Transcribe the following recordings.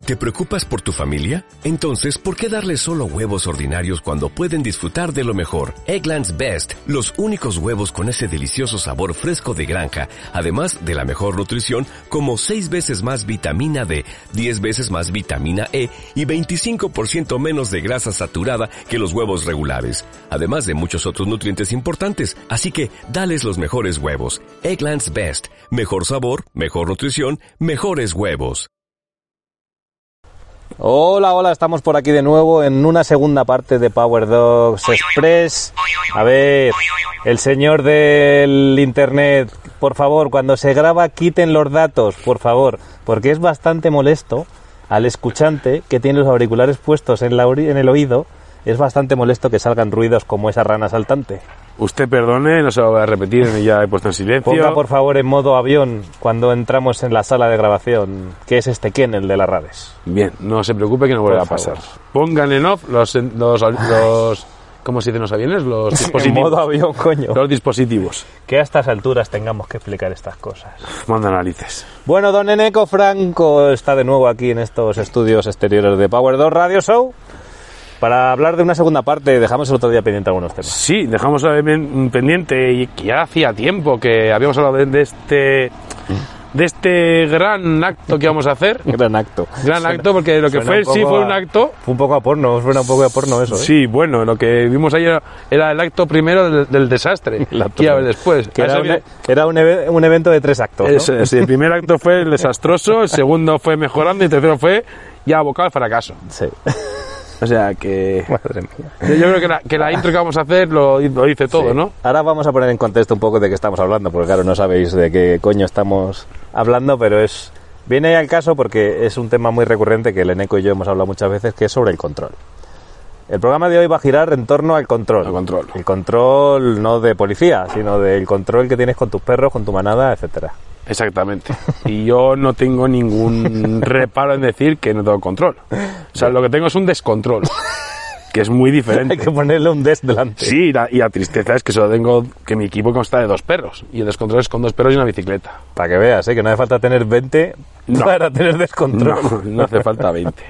¿Te preocupas por tu familia? Entonces, ¿por qué darles solo huevos ordinarios cuando pueden disfrutar de lo mejor? Eggland's Best, los únicos huevos con ese delicioso sabor fresco de granja, además de la mejor nutrición, como 6 veces más vitamina D, 10 veces más vitamina E y 25% menos de grasa saturada que los huevos regulares, además de muchos otros nutrientes importantes. Así que, dales los mejores huevos. Eggland's Best, mejor sabor, mejor nutrición, mejores huevos. Hola, estamos por aquí de nuevo en una segunda parte de Power Dogs Express. A ver, el señor del internet, por favor, cuando se graba quiten los datos, por favor, porque es bastante molesto al escuchante que tiene los auriculares puestos en el oído, es bastante molesto que salgan ruidos como esa rana saltante. Usted perdone, no se lo voy a repetir, ya he puesto en silencio. Ponga por favor en modo avión cuando entramos en la sala de grabación, que es este Ken, el de las rades. Bien, no se preocupe que no vuelva a pasar. Pongan en off los ¿cómo se dicen los aviones? Los dispositivos. En modo avión, coño. Los dispositivos. Que a estas alturas tengamos que explicar estas cosas. Manda narices. Bueno, don Eneco Franco está de nuevo aquí en estos estudios exteriores de Power 2 Radio Show para hablar de una segunda parte. Dejamos el otro día pendiente algunos temas. Sí, dejamos pendiente y que ya hacía tiempo que habíamos hablado de este gran acto que íbamos a hacer. Gran acto, porque lo que fue fue un acto. Fue un poco a porno, suena un poco a porno eso, ¿eh? Sí, bueno, lo que vimos ayer era el acto primero del desastre. Que iba a ver después. Que era un evento de 3 actos, ¿no? Sí, el primer acto fue el desastroso, el segundo fue mejorando y el tercero fue ya abocado al fracaso. Sí. O sea que... Madre mía. Yo creo que la intro que vamos a hacer lo dice todo, sí. ¿No? Ahora vamos a poner en contexto un poco de qué estamos hablando, porque claro, no sabéis de qué coño estamos hablando, pero viene al caso porque es un tema muy recurrente que el Eneco y yo hemos hablado muchas veces, que es sobre el control. El programa de hoy va a girar en torno al control. El control no de policía, sino del control que tienes con tus perros, con tu manada, etcétera. Exactamente. Y yo no tengo ningún reparo en decir que no tengo control. O sea, lo que tengo es un descontrol, que es muy diferente. Hay que ponerle un des delante. Sí, y la tristeza es que solo tengo que mi equipo consta de 2 perros. Y el descontrol es con 2 perros y una bicicleta. Para que veas, que no hace falta tener 20 para tener descontrol. No hace falta 20.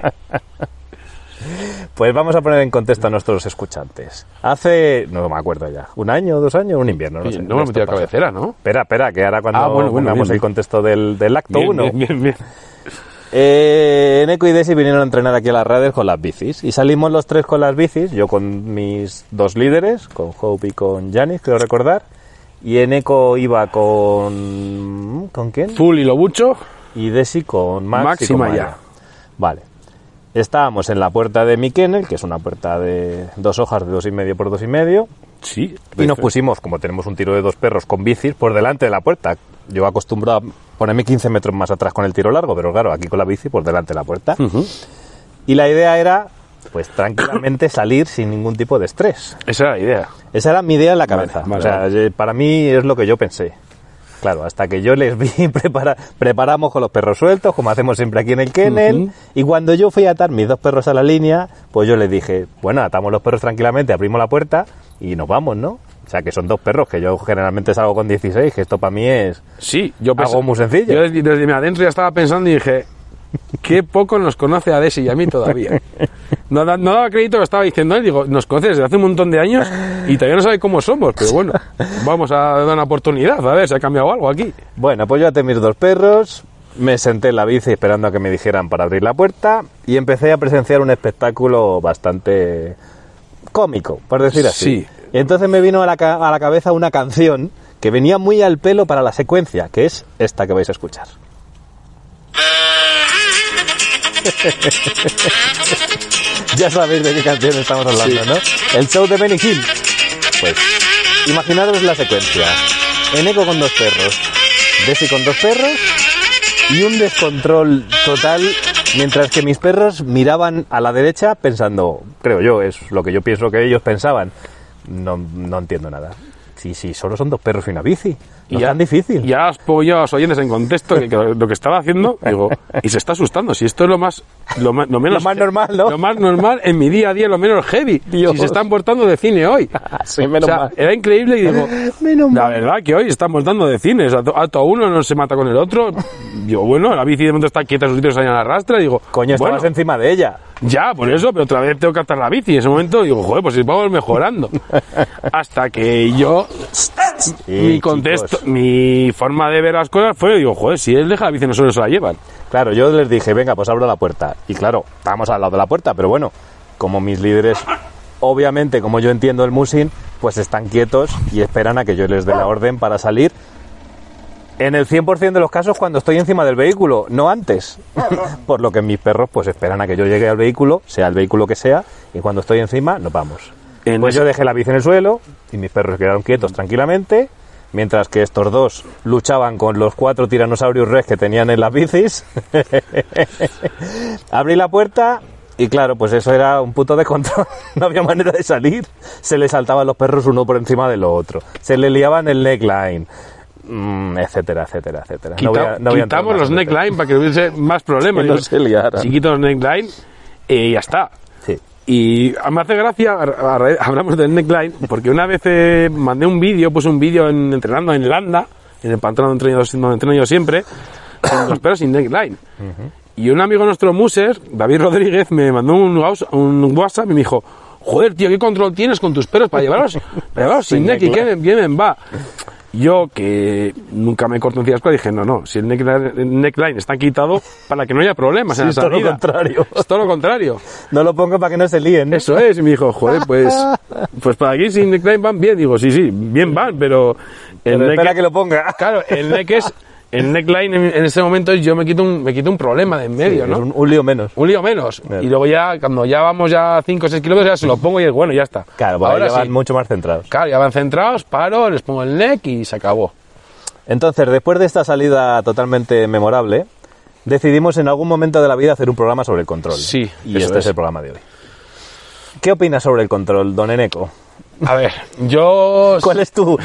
Pues vamos a poner en contexto a nuestros escuchantes. Hace, no me acuerdo ya, 1 año, 2 años, un invierno, no sé. No me he metido a cabecera, ¿no? Espera, que ahora cuando pongamos bien. El contexto del acto 1. Bien. Eneco y Desi vinieron a entrenar aquí a las rades con las bicis. Y salimos los 3 con las bicis, yo con mis 2 líderes, con Hope y con Janis, creo recordar. Y Eneco iba con... ¿Con quién? Full y Lobucho. Y Desi con Max y Maya. Vale. Estábamos en la puerta de mi kennel, que es una puerta de 2 hojas de 2,5 por 2,5. Sí. Y nos pusimos, como tenemos un tiro de 2 perros con bicis, por delante de la puerta. Yo acostumbro a ponerme 15 metros más atrás con el tiro largo, pero claro, aquí con la bici por delante de la puerta. Uh-huh. Y la idea era, pues tranquilamente salir sin ningún tipo de estrés. Esa era la idea. Esa era mi idea en la cabeza. Vale. O sea, para mí es lo que yo pensé. Claro, hasta que yo les vi preparamos con los perros sueltos, como hacemos siempre aquí en el kennel, uh-huh. Y cuando yo fui a atar mis 2 perros a la línea, pues yo les dije, bueno, atamos los perros tranquilamente, abrimos la puerta y nos vamos, ¿no? O sea, que son 2 perros, que yo generalmente salgo con 16, que esto para mí es algo muy sencillo. Yo desde adentro ya estaba pensando y dije, qué poco nos conoce a Desi y a mí todavía. No daba crédito lo que estaba diciendo él. Digo, nos conoce desde hace un montón de años y todavía no sabe cómo somos. Pero bueno, vamos a dar una oportunidad, a ver si ha cambiado algo aquí. Bueno, pues yo até mis 2 perros, me senté en la bici esperando a que me dijeran para abrir la puerta y empecé a presenciar un espectáculo bastante cómico, por decir así. Sí. Y entonces me vino a la cabeza una canción que venía muy al pelo para la secuencia, que es esta que vais a escuchar. Ya sabéis de qué canción estamos hablando, sí. ¿No? El show de Benny Hill. Pues, imaginaros la secuencia. Eneco con 2 perros, Desi con 2 perros y un descontrol total, mientras que mis perros miraban a la derecha pensando, creo yo, es lo que yo pienso que ellos pensaban. No entiendo nada. Sí, solo son 2 perros y una bici. No es tan difícil. Ya os pongo yo a los oyentes en contexto que lo que estaba haciendo, digo, y se está asustando. Si esto es lo más normal, ¿no? Lo más normal en mi día a día, lo menos heavy. Dios. Si se están portando de cine hoy. Sí, menos mal. Era increíble y digo, la verdad que hoy estamos dando de cine. O sea, a uno no se mata con el otro. Digo, bueno, la bici de momento está quieta, sus sitios se la arrastra. Digo, coño, estabas encima de ella. Ya, por eso, pero otra vez tengo que atar la bici. En ese momento digo, joder, pues vamos mejorando. Hasta que yo, mi forma de ver las cosas fue, digo, joder, si él deja la bici, nosotros se la llevan. Claro, yo les dije, venga, pues abro la puerta. Y claro, estábamos al lado de la puerta, pero bueno, como mis líderes, obviamente, como yo entiendo el musing, pues están quietos y esperan a que yo les dé la orden para salir. En el 100% de los casos cuando estoy encima del vehículo, no antes. Por lo que mis perros pues esperan a que yo llegue al vehículo, sea el vehículo que sea, y cuando estoy encima nos vamos. Pues yo dejé la bici en el suelo y mis perros quedaron quietos tranquilamente, mientras que estos dos luchaban con los 4 tiranosaurios rex que tenían en las bicis. Abrí la puerta y claro, pues eso era un puto descontrol. No había manera de salir. Se le saltaban los perros uno por encima del otro. Se le liaban el neckline. Etcétera. Quitamos los neckline para que hubiese más problemas. No se liaran. Si quito los neckline, ya está. Sí. Y me hace gracia, hablamos del neckline, porque una vez puse un vídeo entrenando en Landa, en el pantano donde entreno yo siempre, con los perros sin neckline. Y un amigo nuestro, Muser, David Rodríguez, me mandó un WhatsApp y me dijo, joder, tío, ¿qué control tienes con tus perros para llevarlos sin neck? ¿Y qué bien va? Yo, que nunca me corto en ciasco, dije, no, si el neckline está quitado, para que no haya problemas en la salida. Es todo lo contrario. Es todo lo contrario. No lo pongo para que no se líen. Eso es, y me dijo, joder, pues para aquí sin neckline van bien. Digo, sí, bien van, pero espera que lo ponga. Claro, el neckline en ese momento yo me quito un problema de en medio, sí, ¿no? Un lío menos. Un lío menos. Bien. Y luego ya, cuando ya vamos 5 o 6 kilómetros, ya se lo pongo y bueno, ya está. Claro, porque ahora ya van mucho más centrados. Claro, ya van centrados, paro, les pongo el neck y se acabó. Entonces, después de esta salida totalmente memorable, decidimos en algún momento de la vida hacer un programa sobre el control. Sí. Y este es el programa de hoy. ¿Qué opinas sobre el control, don Eneco? A ver, yo... ¿Cuál es tu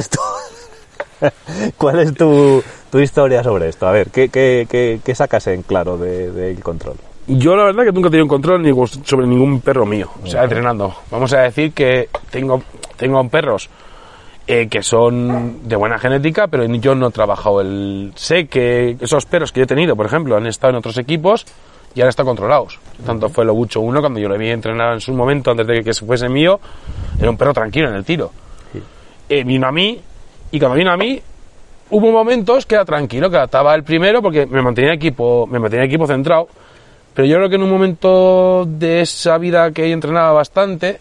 historia sobre esto? A ver, ¿qué sacas en claro del control? Yo la verdad que nunca he tenido un control sobre ningún perro mío, o sea, entrenando. Vamos a decir que tengo perros que son de buena genética, pero yo no he trabajado sé que esos perros que yo he tenido, por ejemplo, han estado en otros equipos y han estado controlados. Tanto fue Lobucho 1, cuando yo lo vi entrenar en su momento, antes de que fuese mío, era un perro tranquilo en el tiro. Sí. Vino a mí, y cuando vino a mí, hubo momentos que era tranquilo, que estaba el primero, porque me mantenía equipo centrado, pero yo creo que en un momento de esa vida que yo entrenaba bastante,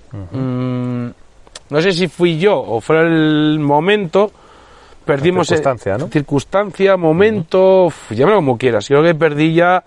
no sé si fui yo o fue el momento, perdimos... Circunstancia, ¿no? Circunstancia, momento, llámalo como quieras. Yo creo que perdí ya,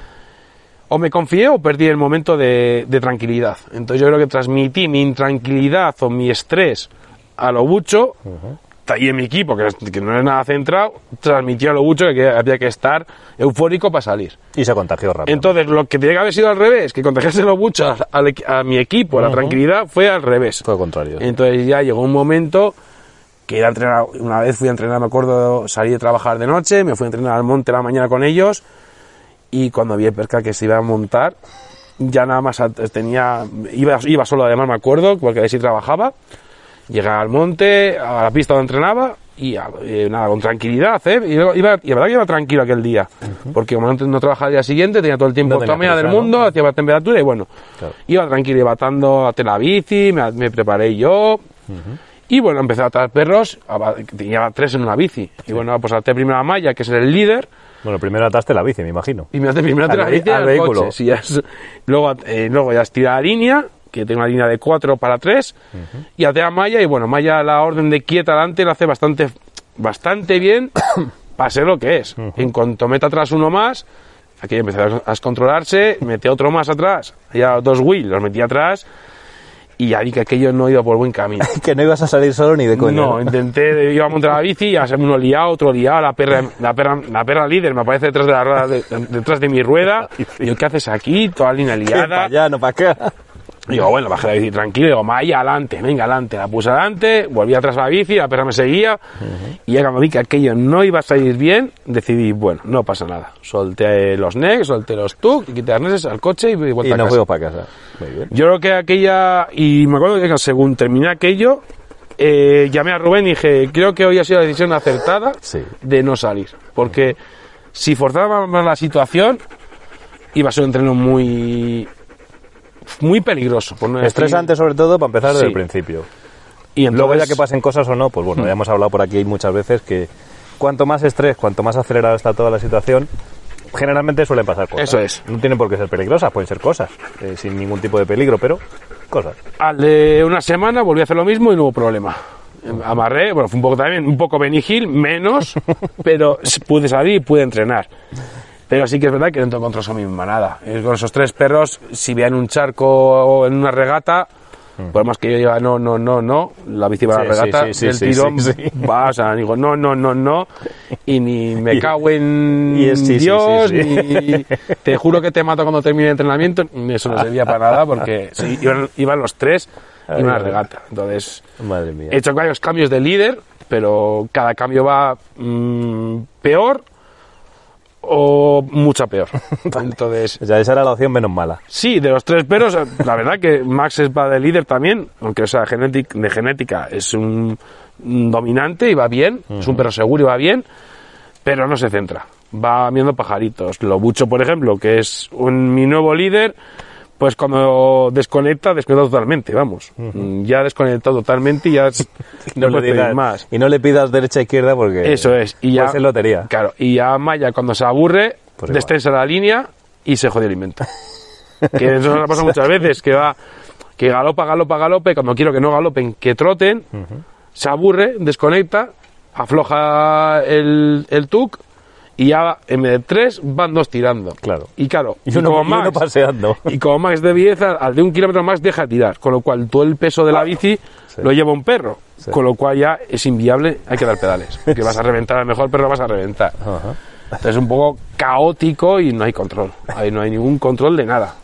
o me confié o perdí el momento de tranquilidad. Entonces yo creo que transmití mi intranquilidad o mi estrés a Lobucho, y en mi equipo, que no es nada centrado, transmitió a Lobucho que había que estar eufórico para salir. Y se contagió rápido. Entonces, lo que tenía que haber sido al revés, que contagiase Lobucho a mi equipo, la tranquilidad, fue al revés. Fue al contrario. Entonces ya llegó un momento que ir a entrenar, una vez fui a entrenar, me acuerdo, salí de trabajar de noche, me fui a entrenar al monte la mañana con ellos, y cuando vi el perca que se iba a montar, ya nada más iba solo, además me acuerdo, porque ahí sí trabajaba. Llegué al monte, a la pista donde entrenaba y nada, con tranquilidad, y la verdad que iba tranquilo aquel día, porque como no trabajaba el día siguiente, tenía todo el tiempo toda media del mundo, hacía la temperatura y bueno, claro. Iba tranquilo, iba atando a la bici, me preparé yo, y bueno, empecé a atar perros, tenía 3 en una bici, y bueno, pues até primero a Maya, que es el líder. Bueno, primero ataste la bici, me imagino. Y primero até la bici al vehículo. Coche, sí, luego ya estiré la línea, que tengo una línea de 4 para 3, y até a Maya, y bueno, Maya la orden de quieta adelante la hace bastante bien para ser lo que es. En cuanto meta atrás uno más, aquí empecé a descontrolarse, metí otro más atrás, ya 2 wheels, los metí atrás, y ya vi que aquello no iba por buen camino. Que no ibas a salir solo ni de coña. No, iba a montar la bici y a ser uno liado, otro liado, la perra líder me aparece detrás de la rueda, detrás de mi rueda, y yo, ¿qué haces aquí? Toda la línea liada. Para allá, no para acá. Digo, bueno, bajé la bici tranquilo, digo, Maya, adelante, venga, adelante. La puse adelante, volví atrás a la bici, la perra me seguía, y ya cuando vi que aquello no iba a salir bien, decidí, bueno, no pasa nada. Solté los necks, solté los TUC, quité arneses al coche y vuelta a casa. Y nos fuimos para casa. Muy bien. Yo creo que aquella, y me acuerdo que según terminé aquello, llamé a Rubén y dije, creo que hoy ha sido la decisión acertada de no salir, porque si forzaba más la situación, iba a ser un entreno muy peligroso. Por no estresante sobre todo para empezar desde el principio. Y entonces, luego ya que pasen cosas o no, pues bueno, ya hemos hablado por aquí muchas veces que cuanto más estrés, cuanto más acelerada está toda la situación, generalmente suelen pasar cosas. Eso es. No tienen por qué ser peligrosas, pueden ser cosas, sin ningún tipo de peligro, pero cosas. Al de una semana volví a hacer lo mismo y no hubo problema. Amarré, bueno, fue un poco Benny Hill, menos, pero pude salir y pude entrenar. Pero sí que es verdad que no tengo control sobre mi manada. Con esos 3 perros, si vean un charco o en una regata, por más que yo diga no, la bici va a la regata, el tirón va, o sea, digo no, y ni me cago en Dios, ni te juro que te mato cuando termine el entrenamiento, eso no servía para nada, porque iban los 3 y una regata. Entonces, madre mía. He hecho varios cambios de líder, pero cada cambio va peor o mucha peor. Entonces, o sea, esa era la opción menos mala. Sí, de los 3 perros, la verdad que Max va de líder también, aunque o sea, de genética es un dominante y va bien, es un perro seguro y va bien, pero no se centra, va viendo pajaritos. Lobucho, por ejemplo, que es mi nuevo líder, pues cuando desconecta totalmente, vamos. Ya desconectado totalmente y ya no puede pedir más. Y no le pidas derecha e izquierda porque eso es. Y ya, puede ser lotería. Claro, y ya Maya cuando se aburre, pues destensa la línea y se jode el alimento. Que eso nos pasa muchas veces, que galope, cuando quiero que no galopen, que troten, se aburre, desconecta, afloja el TUC, y ya en vez de 3 van 2 tirando. Claro. Y claro, y uno paseando. Y como Max de 10, al de 1 kilómetro más deja tirar, con lo cual todo el peso de la bici lo lleva un perro, con lo cual ya es inviable, hay que dar pedales, porque vas a reventar al mejor perro, vas a reventar. Entonces es un poco caótico y no hay control, ahí no hay ningún control de nada.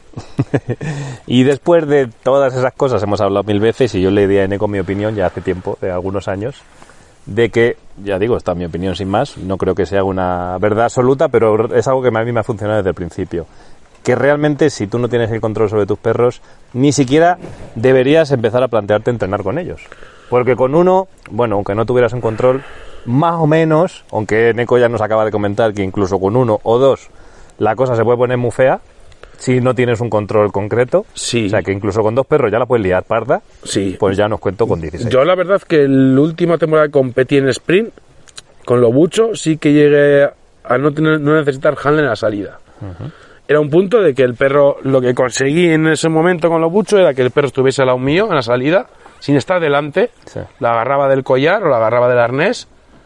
Y después de todas esas cosas, hemos hablado 1000 veces y yo le di a Eneco mi opinión ya hace tiempo, de algunos años, de que, ya digo, esta es mi opinión sin más, no creo que sea una verdad absoluta, pero es algo que a mí me ha funcionado desde el principio. Que realmente, si tú no tienes el control sobre tus perros, ni siquiera deberías empezar a plantearte entrenar con ellos. Porque con uno, bueno, aunque no tuvieras un control, más o menos, aunque Neko ya nos acaba de comentar que incluso con 1 o 2 la cosa se puede poner muy fea, si no tienes un control concreto, sí. O sea que incluso con 2 perros ya la puedes liar parda, sí. Pues ya nos cuento con 16. Yo la verdad que la última temporada que competí en sprint, con Lobucho, sí que llegué a no necesitar handle en la salida. Era un punto de que el perro, lo que conseguí en ese momento con Lobucho era que el perro estuviese al lado mío en la salida, sin estar delante, la agarraba del collar o la agarraba del arnés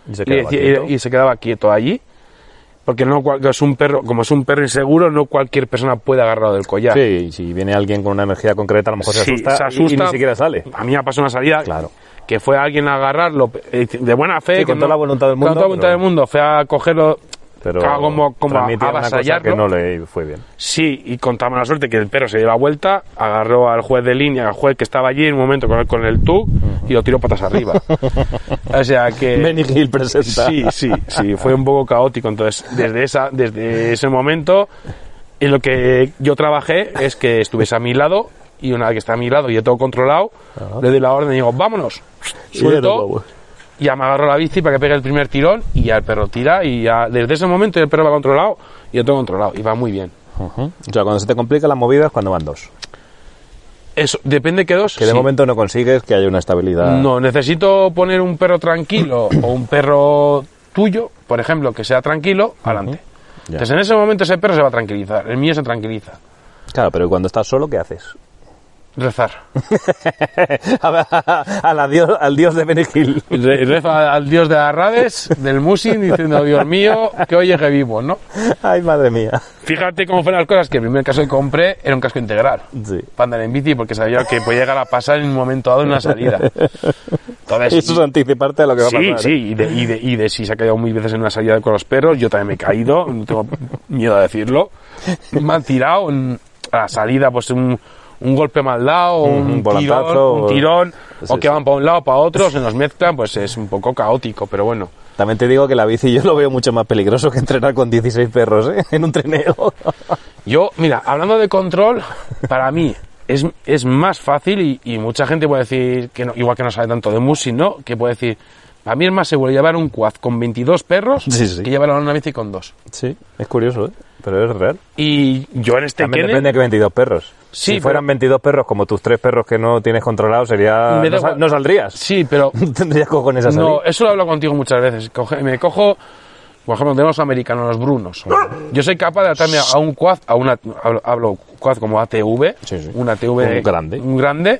y se quedaba quieto allí. Porque no es un perro, como es un perro inseguro, no cualquier persona puede agarrarlo del collar. Sí, si viene alguien con una energía concreta, a lo mejor se asusta y ni siquiera sale. A mí me pasó una salida que fue alguien a agarrarlo de buena fe, con toda la voluntad del mundo. Con toda la voluntad del mundo, fue a cogerlo, pero como a avasallarlo. Que no le fue bien. Sí, y contamos la suerte que el perro se dio la vuelta, agarró al juez de línea, al juez que estaba allí en un momento con el TUC y lo tiró patas arriba. O sea que... Benny Hill presenta. Sí, fue un poco caótico. Entonces, desde ese momento, en lo que yo trabajé es que estuviese a mi lado, y una vez que está a mi lado y yo todo controlado, le doy la orden y digo, vámonos, suelto. Ya me agarro la bici para que pegue el primer tirón y ya el perro tira y ya desde ese momento el perro va controlado y yo tengo controlado y va muy bien. O sea, cuando se te complica la movida es cuando van 2. Eso, depende que 2. Que de momento no consigues que haya una estabilidad. No, necesito poner un perro tranquilo o un perro tuyo, por ejemplo, que sea tranquilo, adelante. Entonces en ese momento ese perro se va a tranquilizar, el mío se tranquiliza. Claro, pero cuando estás solo, ¿qué haces? Rezar. al dios de Benny Hill. Reza al dios de Arrades, del Musin, diciendo, Dios mío, que hoy llegue vivo, ¿no? Ay, madre mía. Fíjate cómo fueron las cosas, que el primer caso que compré era un casco integral. Sí. Para andar en bici, porque sabía que podía llegar a pasar en un momento dado en una salida. Entonces, eso es anticiparte a lo que va a pasar. Sí, y de si se ha caído mil veces en una salida con los perros, yo también me he caído, no tengo miedo a decirlo. Me han tirado a la salida, pues un un golpe mal dado, un tirón, o que van para un lado, para otro, se nos mezclan, pues es un poco caótico, pero bueno. También te digo que la bici yo lo veo mucho más peligroso que entrenar con 16 perros, en un trineo. Yo, mira, hablando de control, para mí es más fácil y mucha gente puede decir, que no, igual que no sabe tanto de musi, ¿no? Que puede decir, para mí es más seguro llevar un quad con 22 perros que llevar una bici con 2. Sí, es curioso, pero es real. Y yo en este también depende de que 22 perros. Sí, si fueran 22 perros como tus 3 perros que no tienes controlados, sería no saldrías. Sí, pero no tendrías cojones a salir. No, eso lo hablo contigo muchas veces. Me cojo, por ejemplo, tenemos americanos, los brunos. Yo soy capaz de atarme a un quad, hablo quad como ATV, un ATV un grande,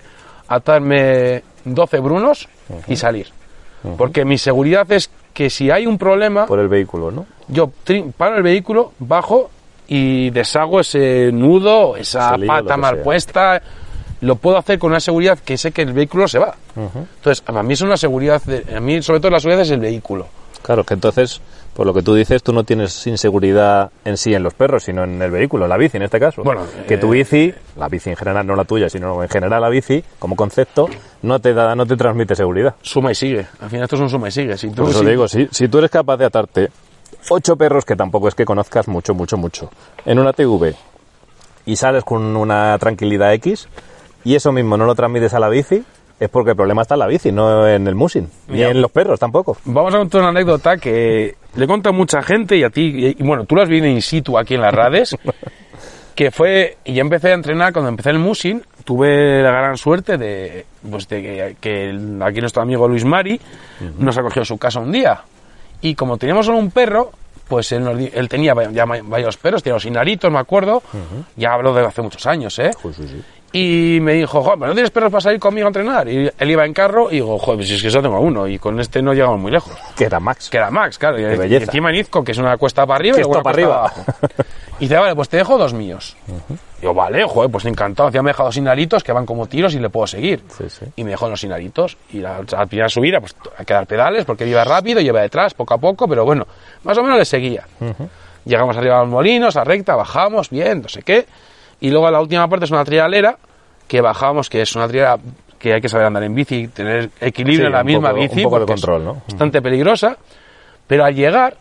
atarme 12 brunos y salir. Porque mi seguridad es que si hay un problema... Por el vehículo, ¿no? Yo paro el vehículo, bajo y deshago ese nudo, esa pata mal puesta. Lo puedo hacer con una seguridad que sé que el vehículo se va. Entonces, a mí es una seguridad... A mí, sobre todo, la seguridad es el vehículo. Claro, que entonces, por lo que tú dices, tú no tienes inseguridad en sí en los perros, sino en el vehículo, en la bici en este caso. Bueno, que tu bici, la bici en general, no la tuya, sino en general la bici, como concepto, no te transmite seguridad. Suma y sigue. Al final esto es un suma y sigue. Si tú, por eso digo, si tú eres capaz de atarte 8 perros, que tampoco es que conozcas mucho, en una TV y sales con una tranquilidad X, y eso mismo no lo transmites a la bici, es porque el problema está en la bici, no en el musing, ni en los perros tampoco. Vamos a contar una anécdota que le cuento a mucha gente y a ti, y bueno, tú lo has vivido in situ aquí en las Rades, que fue, y yo empecé a entrenar cuando empecé el musing, tuve la gran suerte de que aquí nuestro amigo Luis Mari nos acogió a su casa un día, y como teníamos solo un perro, pues él tenía ya varios perros, tenía los inaritos, me acuerdo, ya hablo de hace muchos años, Sí. Y me dijo, joder, ¿no tienes perros para salir conmigo a entrenar? Y él iba en carro y digo, joder, pues si es que solo tengo uno y con este no llegamos muy lejos. Que era Max, claro. Y encima en Izco, que es una cuesta para arriba y una para arriba. Abajo. Y dice, vale, pues te dejo 2 míos. Digo, vale, joder, pues encantado. Ya me he dejado 2 inaritos que van como tiros y le puedo seguir. Sí. Y me dejó los inaritos. Y al primera subida, pues hay que dar pedales porque él iba rápido, yo iba detrás, poco a poco, pero bueno, más o menos le seguía. Llegamos arriba a los molinos, a recta, bajamos, bien, no sé qué. Y luego la última parte es una trialera que bajamos, que es una trialera que hay que saber andar en bici, tener equilibrio en la misma bici, un poco de control, ¿no? Bastante peligrosa, pero al llegar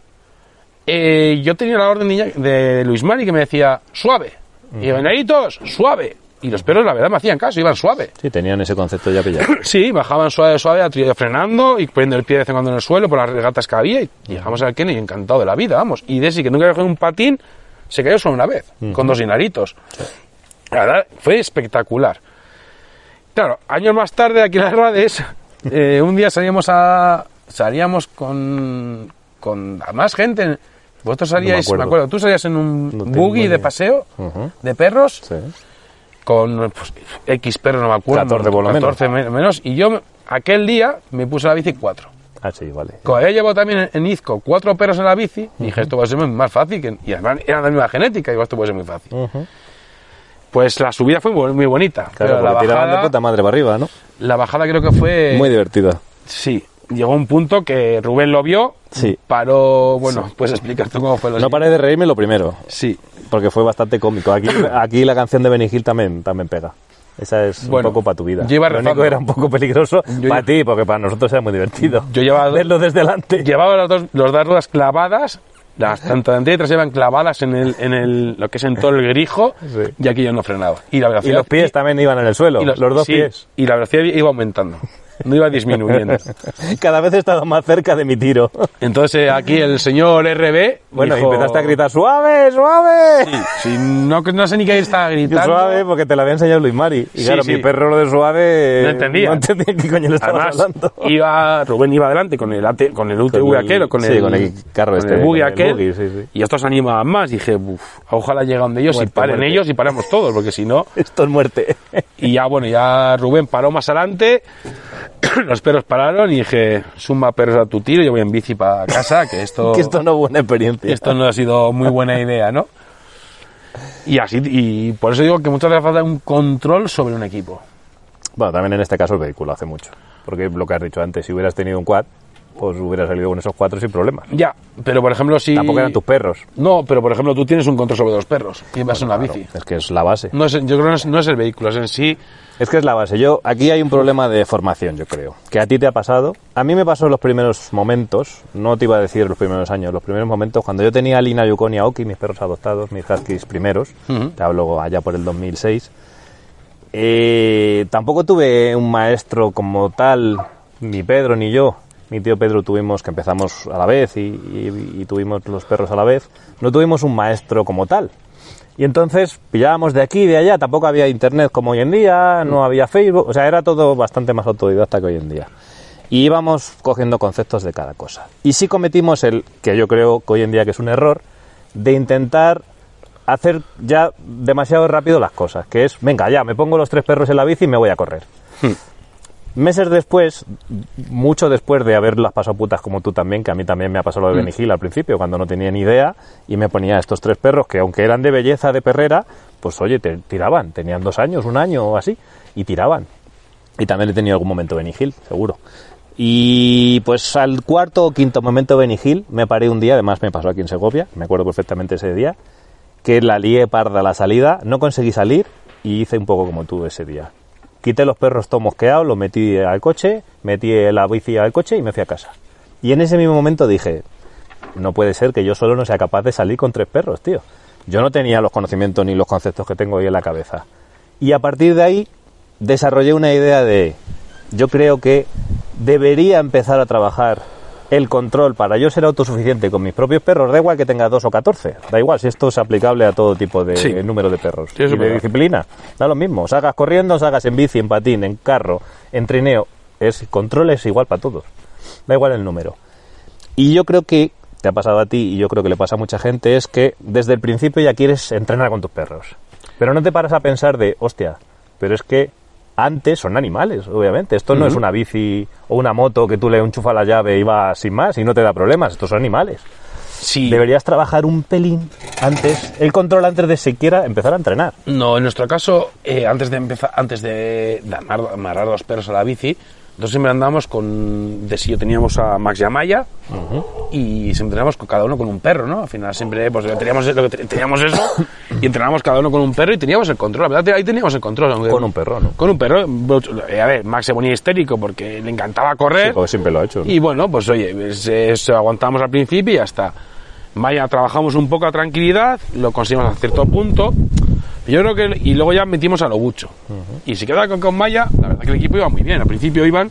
yo tenía la orden de Luis Mari que me decía suave, y yo, venaditos, suave, y los perros la verdad me hacían caso, iban suave. Sí, tenían ese concepto ya pillado. Sí, bajaban suave, frenando y poniendo el pie de vez en cuando en el suelo por las regatas que había, y llegamos al Kennedy encantado de la vida, vamos, y Desi, que nunca había cogido un patín, se cayó solo una vez, con 2 inaritos. Sí. La verdad, fue espectacular. Claro, años más tarde, aquí en las Rades, un día salíamos con más gente. Vosotros salíais, no me acuerdo, tú salías en un buggy de paseo, de perros, con pues, X perros, no me acuerdo, 14 por lo menos. 14 menos, y yo aquel día me puse la bici 4. Ah, sí, vale. Como había llevado también en Izco 4 perros en la bici, dije, esto va a ser más fácil, y además eran de la misma genética, digo, esto puede ser muy fácil. Pues la subida fue muy bonita. Claro, pero la bajada de puta madre para arriba, ¿no? La bajada creo que fue... Muy divertida. Sí. Llegó un punto que Rubén lo vio, paró... Bueno, puedes explicar tú cómo fue. No paré de reírme lo primero. Sí. Porque fue bastante cómico. Aquí la canción de Benny Hill también pega. Esa es un poco para tu vida. Lo único era un poco peligroso para ti, porque para nosotros era muy divertido. Yo llevaba... verlo desde delante. Llevaba las dos ruedas clavadas... tanto delante y detrás iban clavadas en lo que es en todo el grijo, y aquí yo no frenaba. Y los pies también iban en el suelo, los 2 pies. Y la velocidad iba aumentando, no iba disminuyendo. Cada vez estaba más cerca de mi tiro. Entonces aquí el señor RB... Bueno, dijo, y empezaste a gritar, ¡suave, suave! Sí, no sé ni qué estaba gritando. Suave, porque te lo había enseñado Luis Mari. Y claro, mi perro lo de suave... No entendía qué coño le estabas hablando. Rubén iba adelante con el UTV aquel, con el carro con el buggy aquel, y estos animaban más. Dije, ojalá llegue donde ellos y paren ellos y paremos todos, porque si no... Esto es muerte. Y ya Rubén paró más adelante, los perros pararon y dije, suma perros a tu tiro, yo voy en bici para casa, que esto... que esto no es buena experiencia. Esto no ha sido muy buena idea, ¿no? Y por eso digo que muchas veces falta un control sobre un equipo. Bueno, también en este caso el vehículo hace mucho. Porque lo que has dicho antes, si hubieras tenido un quad, pues hubiera salido con esos 4 sin problemas. Ya, pero por ejemplo si... Tampoco eran tus perros. No, pero por ejemplo tú tienes un control sobre los perros y vas en una bici. Es que es la base. No es, yo creo que no es el vehículo, es en sí... Es que es la base. Aquí hay un problema de formación, yo creo. Que a ti te ha pasado. A mí me pasó en los primeros momentos, no te iba a decir los primeros años, los primeros momentos, cuando yo tenía a Lina, Yukon y a Oki, mis perros adoptados, mis huskies primeros, te hablo allá por el 2006. Tampoco tuve un maestro como tal, ni Pedro ni yo. Mi tío Pedro tuvimos, que empezamos a la vez y tuvimos los perros a la vez, no tuvimos un maestro como tal. Y entonces pillábamos de aquí y de allá, tampoco había internet como hoy en día, no había Facebook, o sea, era todo bastante más autodidacta que hoy en día. Y íbamos cogiendo conceptos de cada cosa. Y sí cometimos el, que yo creo que hoy en día que es un error, de intentar hacer ya demasiado rápido las cosas, que es, venga, ya, me pongo los 3 perros en la bici y me voy a correr. Meses después, mucho después de haberlas pasado putas como tú también, que a mí también me ha pasado lo de Benny Hill al principio, cuando no tenía ni idea, y me ponía estos 3 perros que aunque eran de belleza, de perrera, pues oye, tiraban, tenían 2 años, 1 año o así, y tiraban. Y también he tenido algún momento Benny Hill, seguro. Y pues al 4º o 5º momento Benny Hill, me paré un día, además me pasó aquí en Segovia, me acuerdo perfectamente ese día, que la lié parda a la salida, no conseguí salir y hice un poco como tú ese día. Quité los perros todo mosqueados, los metí al coche, metí la bici al coche y me fui a casa. Y en ese mismo momento dije, no puede ser que yo solo no sea capaz de salir con 3 perros, tío. Yo no tenía los conocimientos ni los conceptos que tengo hoy en la cabeza. Y a partir de ahí desarrollé una idea de, yo creo que debería empezar a trabajar el control para yo ser autosuficiente con mis propios perros, da igual que tenga 2 o 14, da igual si esto es aplicable a todo tipo de número de perros, sí, y de disciplina, da lo mismo, salgas corriendo, salgas en bici, en patín, en carro, en trineo, control es igual para todos, da igual el número. Y yo creo que te ha pasado a ti y yo creo que le pasa a mucha gente, es que desde el principio ya quieres entrenar con tus perros, pero no te paras a pensar de, hostia, pero es que antes son animales, obviamente. Esto no es una bici o una moto que tú le enchufas la llave y vas sin más y no te da problemas. Estos son animales. Sí. Deberías trabajar un pelín antes, el control antes de siquiera empezar a entrenar. No, en nuestro caso, antes de amarrar 2 perros a la bici, nosotros siempre andábamos con... teníamos a Max y a Maya y siempre entrenábamos cada uno con un perro, ¿no? Al final siempre pues, teníamos eso y entrenábamos cada uno con un perro y teníamos el control. La verdad, ahí teníamos el control. Aunque, con un perro, ¿no? Con un perro. A ver, Max se ponía histérico porque le encantaba correr. Sí, porque siempre lo ha hecho, ¿no? Y bueno, pues oye, eso aguantamos al principio y ya está. Maya trabajamos un poco a tranquilidad, lo conseguimos a cierto punto. Yo creo que... Y luego ya metimos a Lobucho. Y si queda con Maya, la verdad que el equipo iba muy bien. Al principio iban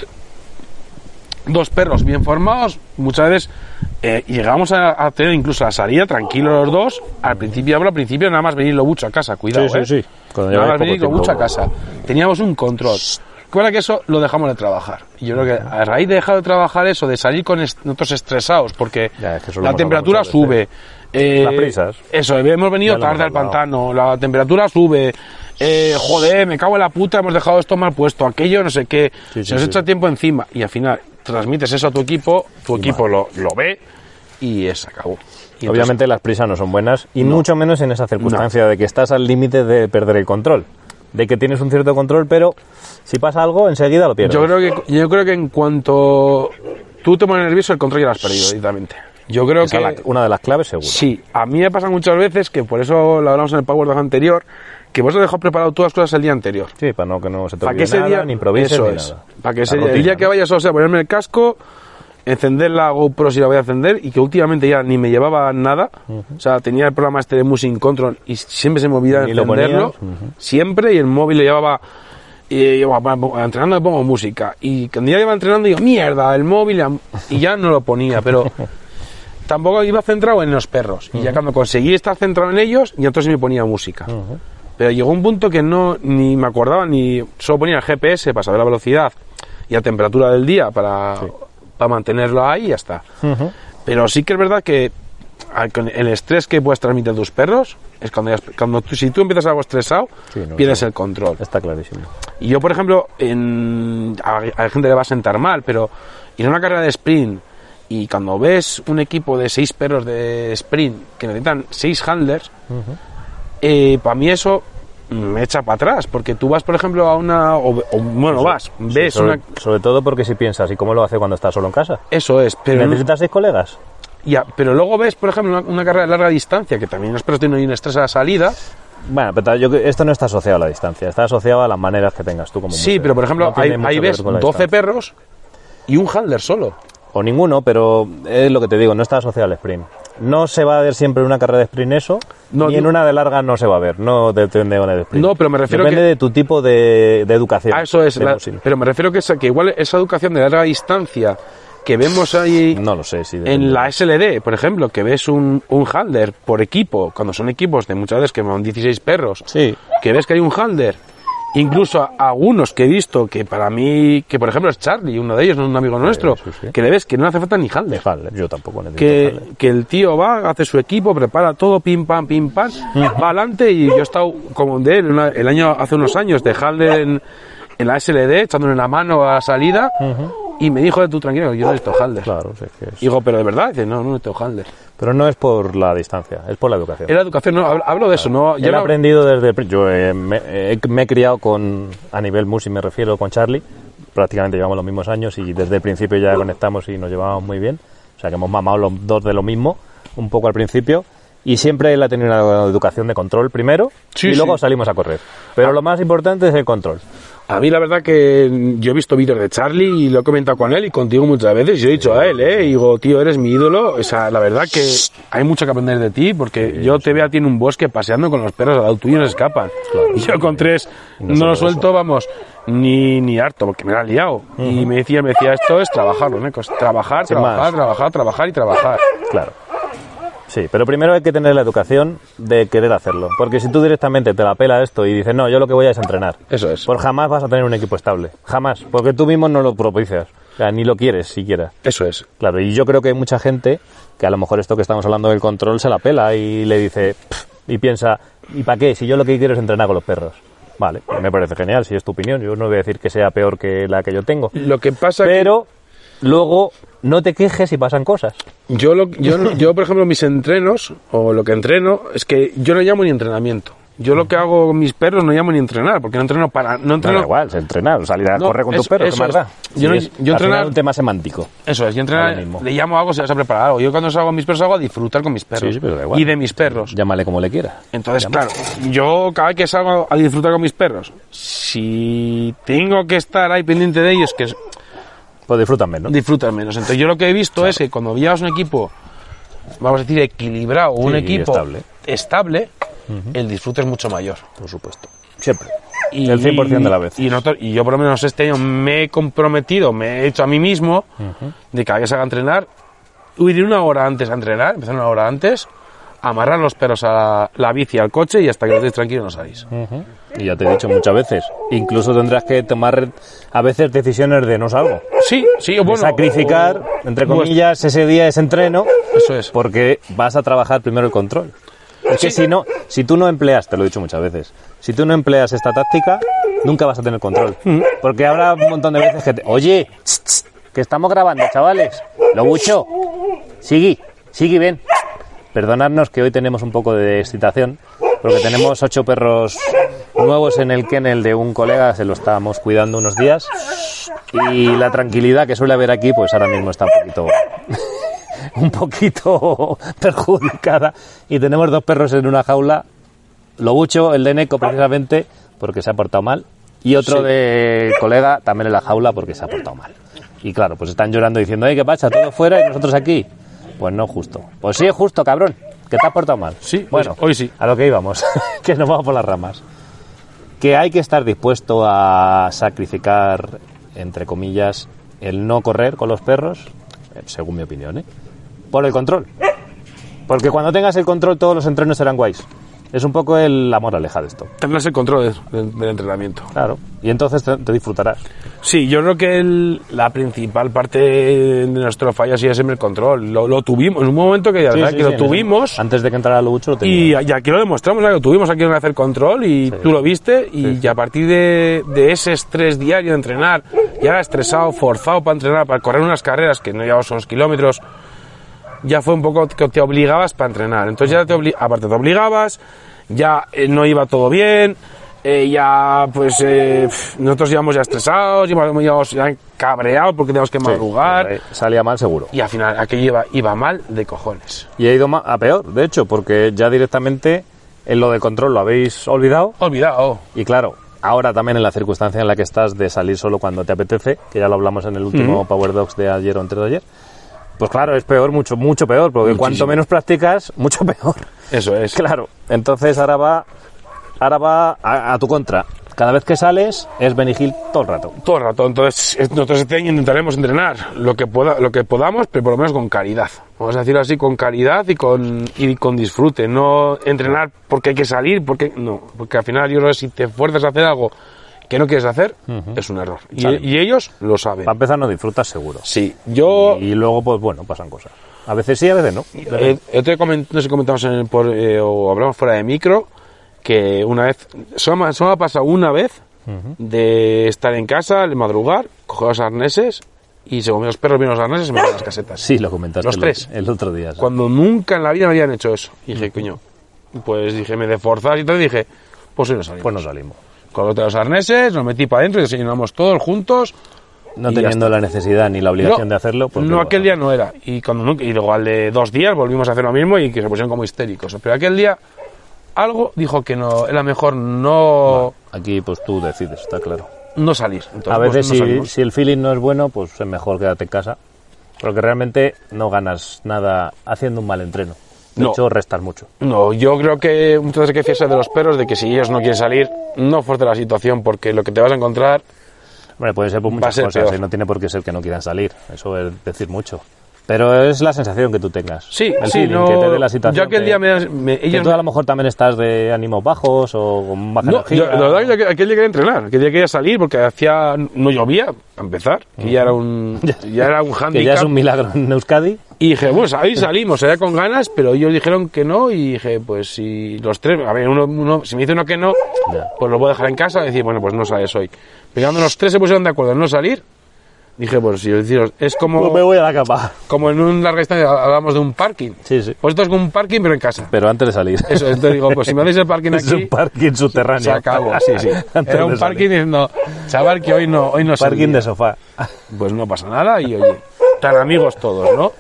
2 perros bien formados. Muchas veces llegábamos a tener incluso la salida tranquilos los 2. Al principio nada más venir Lobucho a casa. Cuidado, sí. Nada más venir Lobucho a casa. Teníamos un control. Recuerda que eso lo dejamos de trabajar. Y yo creo que a raíz de dejar de trabajar eso, de salir con nosotros estresados, porque la temperatura sube. Las prisas. Eso, hemos venido tarde al pantano, la temperatura sube. Joder, me cago en la puta, hemos dejado esto mal puesto, aquello, no sé qué. Se nos echa tiempo encima. Y al final transmites eso a tu equipo lo ve y se acabó. Y obviamente las prisas no son buenas y mucho menos en esa circunstancia de que estás al límite de perder el control. De que tienes un cierto control, pero si pasa algo, enseguida lo pierdes. Yo creo que en cuanto tú te pones nervioso, el control ya lo has perdido directamente. Yo creo que una de las claves, seguro. Sí, a mí me pasa muchas veces, que por eso lo hablamos en el Power Dog anterior, que vos has dejado preparado todas las cosas el día anterior. Sí, para que no se te olvide nada, ni improvises, ni nada. Para que el día que vayas, o sea, ponerme el casco, encender la GoPro si la voy a encender, y que últimamente ya ni me llevaba nada. O sea, tenía el programa este de Music Control y siempre se me olvidaba encenderlo, siempre, y el móvil le llevaba... Y yo entrenando me pongo música, y cuando ya iba entrenando digo, mierda, el móvil, y ya no lo ponía, pero tampoco iba centrado en los perros. Y ya cuando conseguí estar centrado en ellos, y entonces me ponía música. Pero llegó un punto que ni me acordaba, ni solo ponía el GPS para saber la velocidad y la temperatura del día para mantenerlo ahí y ya está. Pero sí que es verdad que el estrés que puedes transmitir a tus perros es si tú empiezas algo estresado, pierdes el control. Está clarísimo. Y yo, por ejemplo, a gente le va a sentar mal, pero ir a una carrera de sprint y cuando ves un equipo de 6 perros de sprint que necesitan 6 handlers, para mí eso me echa para atrás, porque tú vas, por ejemplo, a una... ves sobre todo porque si piensas, ¿y cómo lo hace cuando estás solo en casa? Eso es, pero... ¿Necesitas 6 colegas? Ya, pero luego ves, por ejemplo, una carrera de larga distancia, que también los perros tienen un estrés a la salida. Bueno, pero esto no está asociado a la distancia, está asociado a las maneras que tengas tú como museo. Sí, pero por ejemplo, no ahí ves 12 perros y un handler solo. O ninguno, pero es lo que te digo, no está asociado al sprint. No se va a ver siempre en una carrera de sprint eso, ni en una de larga no se va a ver, no depende de un sprint. No, pero me refiero depende de tu tipo de educación. Eso es, pero me refiero que igual esa educación de larga distancia que vemos ahí no lo sé, en la SLD, por ejemplo, que ves un handler por equipo, cuando son equipos de muchas veces que van 16 perros, sí, que ves que hay un handler, incluso algunos que he visto, que para mí, que por ejemplo es Charlie, uno de ellos, un amigo nuestro, sí. Que le ves que no hace falta ni handler. Yo tampoco necesito handler. Que el tío va, hace su equipo, prepara todo, pim pam, va adelante, y yo he estado como de él hace unos años de handler en la SLD, echándole la mano a la salida, y me dijo, tú tranquilo, yo no necesito handler. Claro, sí, que es... Digo, pero de verdad, dice, no necesito handler. Pero no es por la distancia, es por la educación. Es la educación, no, hablo de eso, no. Yo he aprendido desde... Yo me he criado a nivel musi, me refiero, con Charlie, prácticamente llevamos los mismos años y desde el principio ya conectamos y nos llevamos muy bien. O sea, que hemos mamado los dos de lo mismo, un poco al principio. Y siempre él ha tenido una educación de control primero y luego salimos a correr. Pero lo más importante es el control. A mí la verdad que yo he visto vídeos de Charlie y lo he comentado con él y contigo muchas veces y yo he dicho a él, y digo, tío, eres mi ídolo. O sea, la verdad que hay mucho que aprender de ti porque yo te veo a ti en un bosque paseando con los perros, al lado tuyo no se escapan. Claro, y yo con 3 no lo suelto, vamos, ni harto porque me la he liado. Y me decía, esto es trabajar, ¿no? Trabajar y trabajar. Claro. Sí, pero primero hay que tener la educación de querer hacerlo. Porque si tú directamente te la pela esto y dices, no, yo lo que voy a es entrenar. Eso es. Pues jamás vas a tener un equipo estable. Jamás. Porque tú mismo no lo propicias. O sea, ni lo quieres siquiera. Eso es. Claro, y yo creo que hay mucha gente que a lo mejor esto que estamos hablando del control se la pela y le dice, y piensa, ¿y para qué? Si yo lo que quiero es entrenar con los perros. Vale, me parece genial, si es tu opinión. Yo no voy a decir que sea peor que la que yo tengo. Lo que pasa pero luego no te quejes si pasan cosas. Yo, por ejemplo, mis entrenos, o lo que entreno, es que yo no llamo ni entrenamiento. Yo lo que hago con mis perros no llamo ni entrenar, porque no entreno. No da igual, es entrenar, salir a correr con tus perros, ¿qué más da? Yo entrenar es un tema semántico. Eso es, yo entrenar le llamo algo si vas a preparar algo. Yo cuando salgo con mis perros hago a disfrutar con mis perros. Sí, pero da igual. Y de mis perros. Llámale como le quiera. Entonces, claro, yo cada vez que salgo a disfrutar con mis perros, si tengo que estar ahí pendiente de ellos, que es... Pues disfrutan menos. Entonces yo lo que he visto es que cuando llevas un equipo, vamos a decir, equilibrado, un equipo estable, el disfrute es mucho mayor. Por supuesto. Siempre. El 100% de la vez. Y yo por lo menos este año me he comprometido, me he hecho a mí mismo, de que cada vez que salga a entrenar, ir una hora antes a entrenar, empezar una hora antes, amarrar los perros a la bici al coche y hasta que estéis tranquilos no salís. Y ya te he dicho muchas veces, incluso tendrás que tomar a veces decisiones de no salgo. Sí, bueno. Sacrificar, entre comillas, ese día, ese entreno. Eso es. Porque vas a trabajar primero el control. Es que si tú no empleas, te lo he dicho muchas veces, si tú no empleas esta táctica, nunca vas a tener control. Porque habrá un montón de veces que oye, que estamos grabando, chavales. Lo bucho. Sigui, ven. Perdonadnos que hoy tenemos un poco de excitación, porque tenemos 8 perros nuevos en el kennel de un colega, se lo estábamos cuidando unos días, y la tranquilidad que suele haber aquí, pues ahora mismo está un poquito perjudicada, y tenemos 2 perros en una jaula, Lobucho, el de Neko precisamente, porque se ha portado mal, y otro de colega también en la jaula porque se ha portado mal. Y claro, pues están llorando diciendo, ¿qué pasa? ¿Todo fuera y nosotros aquí? Pues no justo. Pues sí es justo, cabrón, que te has portado mal. Sí, bueno, hoy sí. A lo que íbamos, que nos vamos por las ramas. Que hay que estar dispuesto a sacrificar, entre comillas, el no correr con los perros, según mi opinión, por el control. Porque cuando tengas el control todos los entrenos serán guays. Es un poco la moraleja de esto. Tendrás el control del entrenamiento. Claro, y entonces te disfrutarás. Sí, yo creo que la principal parte de nuestro fallo ha sido siempre el control. Lo tuvimos, en un momento que lo tuvimos. Antes de que entrara Lobucho lo teníamos. Y aquí lo demostramos, lo tuvimos aquí en hacer control y tú lo viste. Y a partir de ese estrés diario de entrenar, ya era estresado, forzado para entrenar, para correr unas carreras que no llevabas unos kilómetros, ya fue un poco que te obligabas para entrenar. Entonces ya aparte te obligabas, ya no iba todo bien, ya pues nosotros íbamos ya estresados, íbamos ya cabreados porque teníamos que madrugar. Sí, salía mal seguro. Y al final aquello iba mal de cojones. Y ha ido a peor, de hecho, porque ya directamente en lo de control lo habéis olvidado. Olvidado. Y claro, ahora también en la circunstancia en la que estás de salir solo cuando te apetece, que ya lo hablamos en el último Power Dogs de ayer o antes de ayer, pues claro, es peor, mucho peor, porque cuanto menos practicas, mucho peor. Eso es. Claro, entonces ahora va a tu contra. Cada vez que sales es Benny Hill todo el rato. Todo el rato. Entonces nosotros este año intentaremos entrenar lo que podamos, pero por lo menos con caridad. Vamos a decirlo así, con caridad y con disfrute. No entrenar porque hay que salir, porque al final yo creo que si te fuerzas a hacer algo que no quieres hacer, es un error. Y ellos lo saben. Para empezar no disfrutas seguro. Sí, yo... Y luego, pues bueno, pasan cosas. A veces sí, a veces no. No sé si comentamos o hablamos fuera de micro, que una vez, solo me ha pasado una vez de estar en casa, de madrugar, coger los arneses y según los perros vienen los arneses y me dan las casetas. Sí, lo comentaste los tres. El otro día. ¿Sí? Cuando nunca en la vida me habían hecho eso. Y dije, coño, pues dije, me de forzar y todo, y dije, pues hoy no salimos. Pues no salimos. Coloqué los arneses, nos metí para adentro y desayunamos todos juntos. No teniendo la necesidad ni la obligación de hacerlo. Pues no, aquel día no era. Y luego al de 2 días volvimos a hacer lo mismo y que se pusieron como histéricos. Pero aquel día algo dijo que no era mejor no... Bueno, aquí pues tú decides, está claro. No salir. Entonces, a veces pues, si el feeling no es bueno, pues es mejor quedarte en casa. Porque realmente no ganas nada haciendo un mal entreno. De hecho, restas mucho. No, yo creo que muchas veces hay que fiarse de los perros, de que si ellos no quieren salir, no fuerce la situación, porque lo que te vas a encontrar... Bueno, puede ser por muchas cosas, y no tiene por qué ser que no quieran salir. Eso es decir mucho. Pero es la sensación que tú tengas. Sí, el sí, feeling, que te dé la situación. Yo aquel día que tú a lo mejor también estás de ánimos bajos o con baja energía. La verdad que aquel día quería entrenar, aquel día quería salir porque no llovía, a empezar, que ya era un hándicap. Que ya es un milagro en Euskadi. Y dije, bueno, ahí salimos, allá con ganas, pero ellos dijeron que no y dije, pues si los tres, a ver, uno si me dice uno que no, pues lo voy a dejar en casa y decir, bueno, pues no sales hoy. Pero cuando los tres se pusieron de acuerdo en no salir, dije, pues si es como... Pues me voy a la cama. Como en un larga distancia hablamos de un parking. Sí, sí. Pues esto es como un parking, pero en casa. Pero antes de salir. Eso, entonces digo, pues si me hacéis el parking aquí... Es un parking subterráneo. Se acabó, sí. Era un parking diciendo, chaval, que hoy no parking salía. de sofá. Pues no pasa nada y oye, tan amigos todos, ¿no?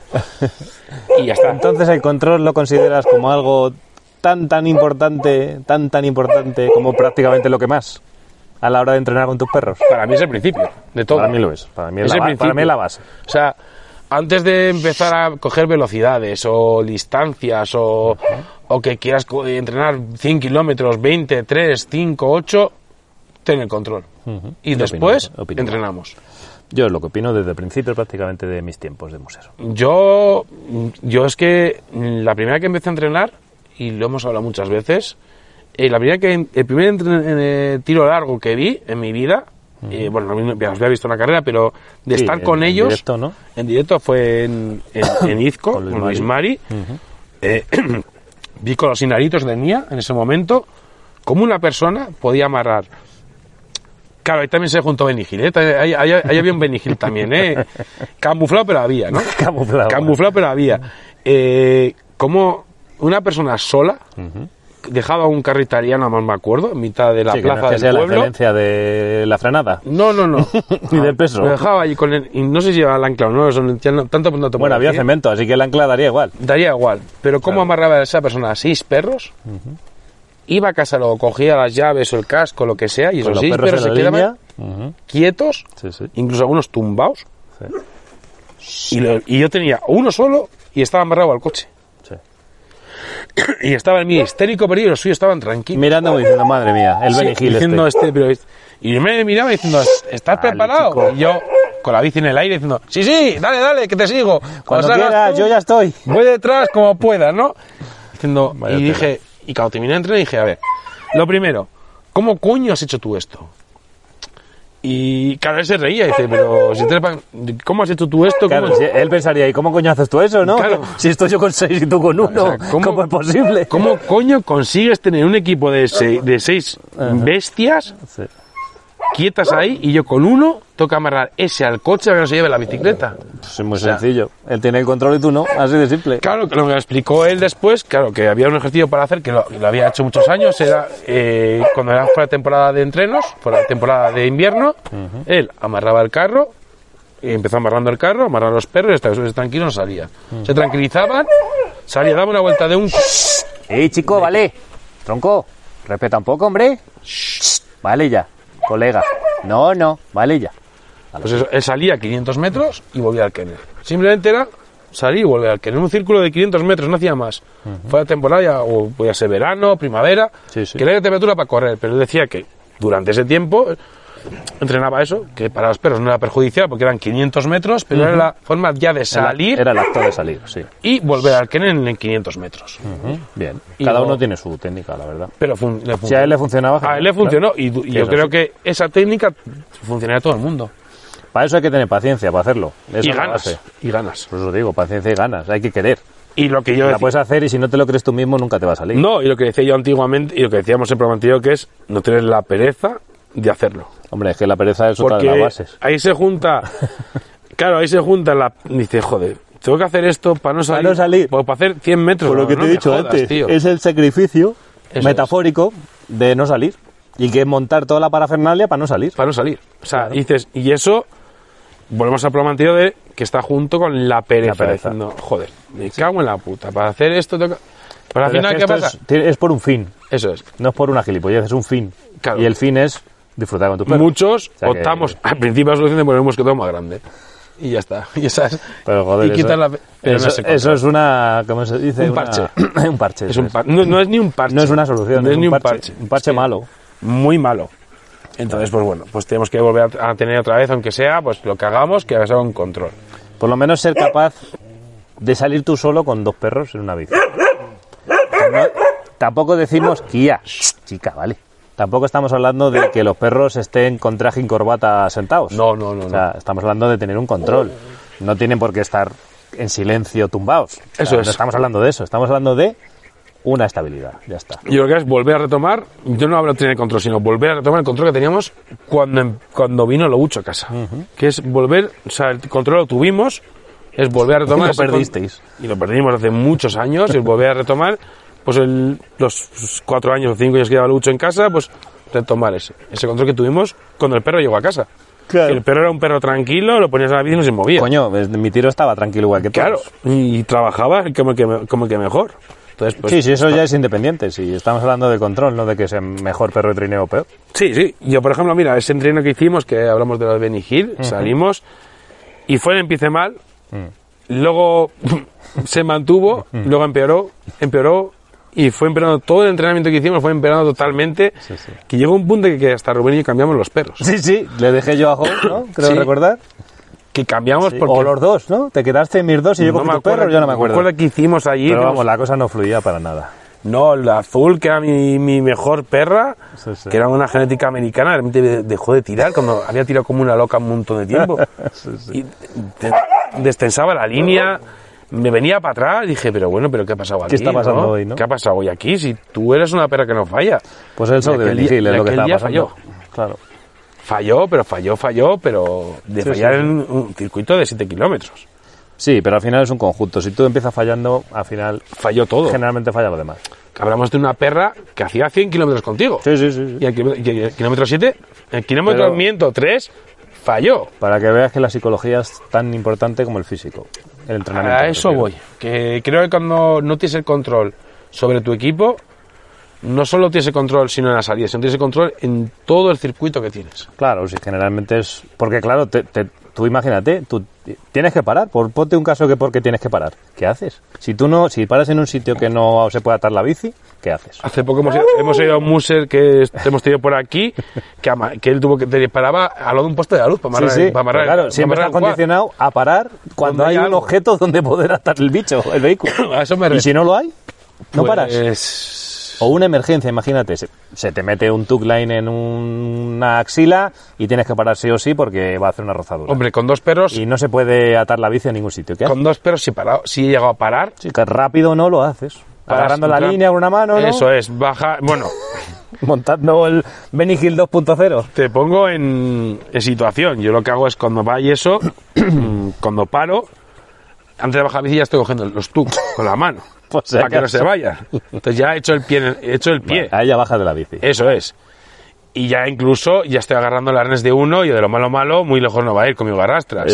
Y ya está. Entonces el control lo consideras como algo tan importante como prácticamente lo que más a la hora de entrenar con tus perros. Para mí es el principio de todo. Para mí lo es. Para mí es la base. O sea, antes de empezar a coger velocidades o distancias o que quieras entrenar 100 kilómetros, 20, 3, 5, 8, ten el control. Y después entrenamos. Yo es lo que opino desde el principio prácticamente de mis tiempos de musero. Yo es que la primera que empecé a entrenar, y lo hemos hablado muchas veces, el primer tiro largo que vi en mi vida, bueno, os había visto en la carrera, pero de estar con ellos, directo, ¿no? En directo fue en Izco, con Luis Mari. Vi con los inaritos de Nia en ese momento, cómo una persona podía amarrar. Claro, ahí también se juntó Benny Hill, ahí había un Benny Hill también, camuflado pero había, ¿no? Camuflado pero había. Como una persona sola dejaba un carrito ariano, más me acuerdo, en mitad de la plaza del pueblo. La excelencia de la frenada. No. Ni del peso. Lo dejaba allí y no sé si llevaba el ancla o no, eso no tanto no te bueno, había cemento, así que el ancla daría igual. Daría igual, pero cómo amarraba a esa persona a 6 perros, iba a casa, luego cogía las llaves o el casco, lo que sea, y esos 6 perros se quedaban quietos, incluso algunos tumbados, y yo tenía uno solo y estaba amarrado al coche. Y estaba el mío histérico, pero los suyos estaban tranquilos. Mirando y diciendo, madre mía, el Benny Hill diciendo y me miraba diciendo, ¿estás preparado? Chico. Y yo, con la bici en el aire, diciendo, sí, dale, que te sigo. Cuando quieras, yo ya estoy. Voy detrás como pueda, ¿no? Diciendo, y cuando terminé de entrenar dije, a ver, lo primero, ¿cómo coño has hecho tú esto? Y cada vez se reía, dice, pero ¿cómo has hecho tú esto? Claro, si él pensaría, ¿y cómo coño haces tú eso, no? Claro. Si estoy yo con 6 y tú con 1, o sea, ¿cómo es posible? ¿Cómo coño consigues tener un equipo de 6 bestias quietas ahí y yo con uno tengo que amarrar ese al coche para que no se lleve la bicicleta. Pues es muy sencillo. Él tiene el control y tú no, así de simple. Claro, que lo que me explicó él después, claro, que había un ejercicio para hacer que lo había hecho muchos años, era cuando era fuera de temporada de entrenos, fuera de temporada de invierno, él amarraba el carro, y empezó amarrando el carro, amarraba los perros y hasta que estuviese tranquilo no salía. Se tranquilizaban, salía, daba una vuelta de un... Chico, vale. Tronco, respeta un poco, hombre. Vale ya, colega. No, vale ya. Pues eso, él salía 500 metros y volvía al kennel. Simplemente era salir y volver al kennel. Un círculo de 500 metros, no hacía más. Fuera de temporada, o podía ser verano, primavera, que no había temperatura para correr. Pero él decía que durante ese tiempo entrenaba eso, que para los perros no era perjudicial porque eran 500 metros, pero era la forma ya de salir. Era el acto de salir, sí. Y volver al kennel en 500 metros. Bien. Cada uno tiene su técnica, la verdad. Pero si a él le funcionaba... A él le funcionó, y yo creo que esa técnica funcionaría a todo el mundo. Para eso hay que tener paciencia, para hacerlo. Eso y ganas. Y ganas. Por eso digo, paciencia y ganas. Hay que querer. Y lo que yo decía, la puedes hacer y si no te lo crees tú mismo nunca te va a salir. No, y lo que decía yo antiguamente, y lo que decíamos en el programa anterior, que es no tener la pereza de hacerlo. Hombre, es que la pereza es otra de las bases. Ahí se junta... Claro, ahí se junta la... Dice, joder, tengo que hacer esto para no salir. Para no salir. Pues para hacer 100 metros. Por lo que te he dicho antes, tío. Es el sacrificio metafórico de no salir. Y que es montar toda la parafernalia para no salir. Para no salir. O sea, dices, y eso... Volvemos al programa anterior de que está junto con la pereza. Diciendo, joder, me cago en la puta. Para hacer esto tengo que... Pero al final, ¿qué pasa? Es por un fin. Eso es. No es por una gilipollez, es un fin. Claro. Y el fin es disfrutar con tu perro. Muchos optamos al principio de la solución de poner un mosquetón más grande. Y ya está. Y esa es. Pero joder, y quitar la... Pero eso es una... ¿Cómo se dice? Un parche. Un parche. Es no es ni un parche. No es una solución. No es ni un parche. Un parche malo. Muy malo. Entonces, pues bueno, pues tenemos que volver a tener otra vez, aunque sea, pues lo que hagamos, que haga un control. Por lo menos ser capaz de salir tú solo con 2 perros en una bici. No, tampoco decimos Kia, chica, vale. Tampoco estamos hablando de que los perros estén con traje y corbata sentados. No. O sea, estamos hablando de tener un control. No tienen por qué estar en silencio tumbados. O sea, eso es. No estamos hablando de eso, estamos hablando de una estabilidad, ya está. Yo creo que es volver a retomar, yo no hablo de tener control, sino volver a retomar el control que teníamos cuando vino Lobucho a casa. Que es volver, o sea, el control lo tuvimos, es volver a retomar... Y lo perdisteis. Y lo perdimos hace muchos años, y volver a retomar, pues los 4 años o 5 años que lleva Lobucho en casa, pues retomar ese control que tuvimos cuando el perro llegó a casa. Claro. Que el perro era un perro tranquilo, lo ponías a la bici y no se movía. Coño, mi tiro estaba tranquilo igual que todos. Claro, y trabajaba como que mejor. Entonces, pues, sí, eso ya es independiente. Si estamos hablando de control, no de que sea mejor perro de trineo o peor. Sí. Yo, por ejemplo, mira, ese entreno que hicimos, que hablamos de los Benny Hill, salimos y fue el empiece mal, luego se mantuvo, luego empeoró y fue empeorando todo el entrenamiento que hicimos, fue empeorando totalmente, que llegó un punto que hasta Rubén y yo cambiamos los perros. Sí, le dejé yo a Joe, ¿no? Creo recordar. Que cambiamos porque... O los dos, ¿no? Te quedaste mis dos y yo con tu perro, yo no me acuerdo. No me acuerdo qué hicimos allí. Pero vamos, la cosa no fluía para nada. No, la azul, que era mi mejor perra, que era una genética americana, realmente dejó de tirar cuando había tirado como una loca un montón de tiempo. Y destensaba la línea, me venía para atrás y dije, pero ¿qué ha pasado aquí? ¿Qué está pasando hoy, no? ¿Qué ha pasado hoy aquí? Si tú eres una perra que no falla. Pues el show de Benigil es lo que estaba pasando. Falló. Claro. Falló, pero de fallar en un circuito de 7 kilómetros. Sí, pero al final es un conjunto. Si tú empiezas fallando, al final... Falló todo. Generalmente falla lo demás. Hablamos de una perra que hacía 100 kilómetros contigo. Sí. Y el kilómetro 7, el kilómetro 3, falló. Para que veas que la psicología es tan importante como el físico. El entrenamiento. A eso voy. Que creo que cuando no tienes el control sobre tu equipo... No solo tienes el control sino en la salida, sino tienes el control en todo el circuito que tienes. Claro, si generalmente es... Porque claro, tú imagínate, tú tienes que parar. Ponte un caso que porque tienes que parar. ¿Qué haces? Si paras en un sitio que no se puede atar la bici, ¿qué haces? Hace poco hemos ido a un muser que hemos tenido por aquí, que él tuvo que paraba al lado de un poste de la luz para amarrar. Claro, siempre está condicionado a parar cuando hay un objeto donde poder atar el bicho, el vehículo. A eso me y si no lo hay, no paras. O una emergencia, imagínate, se te mete un tuck line en una axila y tienes que parar sí o sí porque va a hacer una rozadura. Hombre, con 2 perros... Y no se puede atar la bici en ningún sitio. ¿Qué haces? Con 2 perros sí he llegado a parar. Sí, que rápido no lo haces. agarrando la línea con una mano, ¿no? Eso es, baja, bueno... montando el Benny Hill 2.0. Te pongo en situación. Yo lo que hago es cuando va y eso, cuando paro, antes de bajar la bici ya estoy cogiendo los tucs con la mano. Pues para que no se vaya. Entonces ya he hecho el pie. Vale, ahí ya bajas de la bici. Eso es. Y ya incluso ya estoy agarrando el arnés de uno y de lo malo, muy lejos no va a ir, conmigo arrastras.